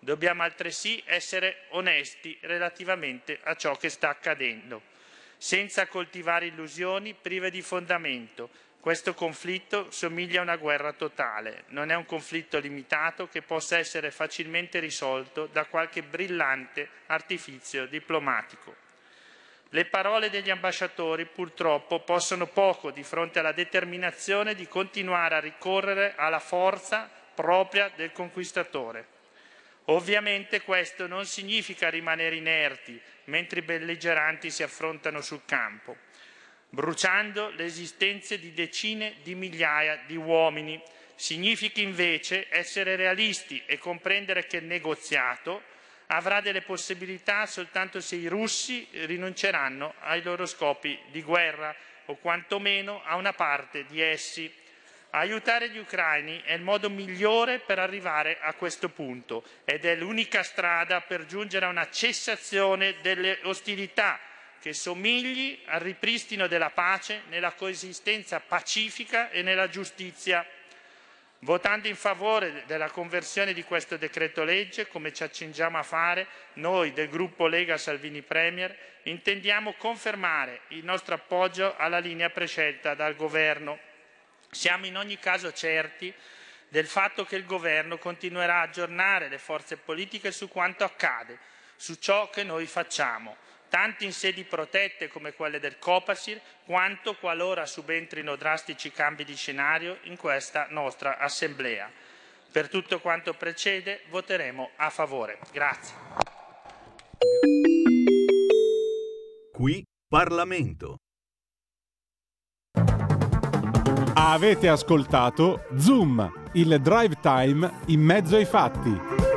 [SPEAKER 15] Dobbiamo altresì essere onesti relativamente a ciò che sta accadendo, senza coltivare illusioni prive di fondamento. Questo conflitto somiglia a una guerra totale, non è un conflitto limitato che possa essere facilmente risolto da qualche brillante artifizio diplomatico. Le parole degli ambasciatori purtroppo possono poco di fronte alla determinazione di continuare a ricorrere alla forza propria del conquistatore. Ovviamente questo non significa rimanere inerti mentre i belligeranti si affrontano sul campo, bruciando le esistenze di decine di migliaia di uomini. Significa invece essere realisti e comprendere che il negoziato avrà delle possibilità soltanto se i russi rinunceranno ai loro scopi di guerra o quantomeno a una parte di essi. Aiutare gli ucraini è il modo migliore per arrivare a questo punto ed è l'unica strada per giungere a una cessazione delle ostilità che somigli al ripristino della pace nella coesistenza pacifica e nella giustizia. Votando in favore della conversione di questo decreto legge, come ci accingiamo a fare, noi del gruppo Lega Salvini Premier intendiamo confermare il nostro appoggio alla linea prescelta dal Governo. Siamo in ogni caso certi del fatto che il Governo continuerà a aggiornare le forze politiche su quanto accade, su ciò che noi facciamo, tanto in sedi protette come quelle del Copasir, quanto qualora subentrino drastici cambi di scenario in questa nostra Assemblea. Per tutto quanto precede, voteremo a favore. Grazie.
[SPEAKER 14] Qui Parlamento.
[SPEAKER 1] Avete ascoltato Zoom, il drive time in mezzo ai fatti.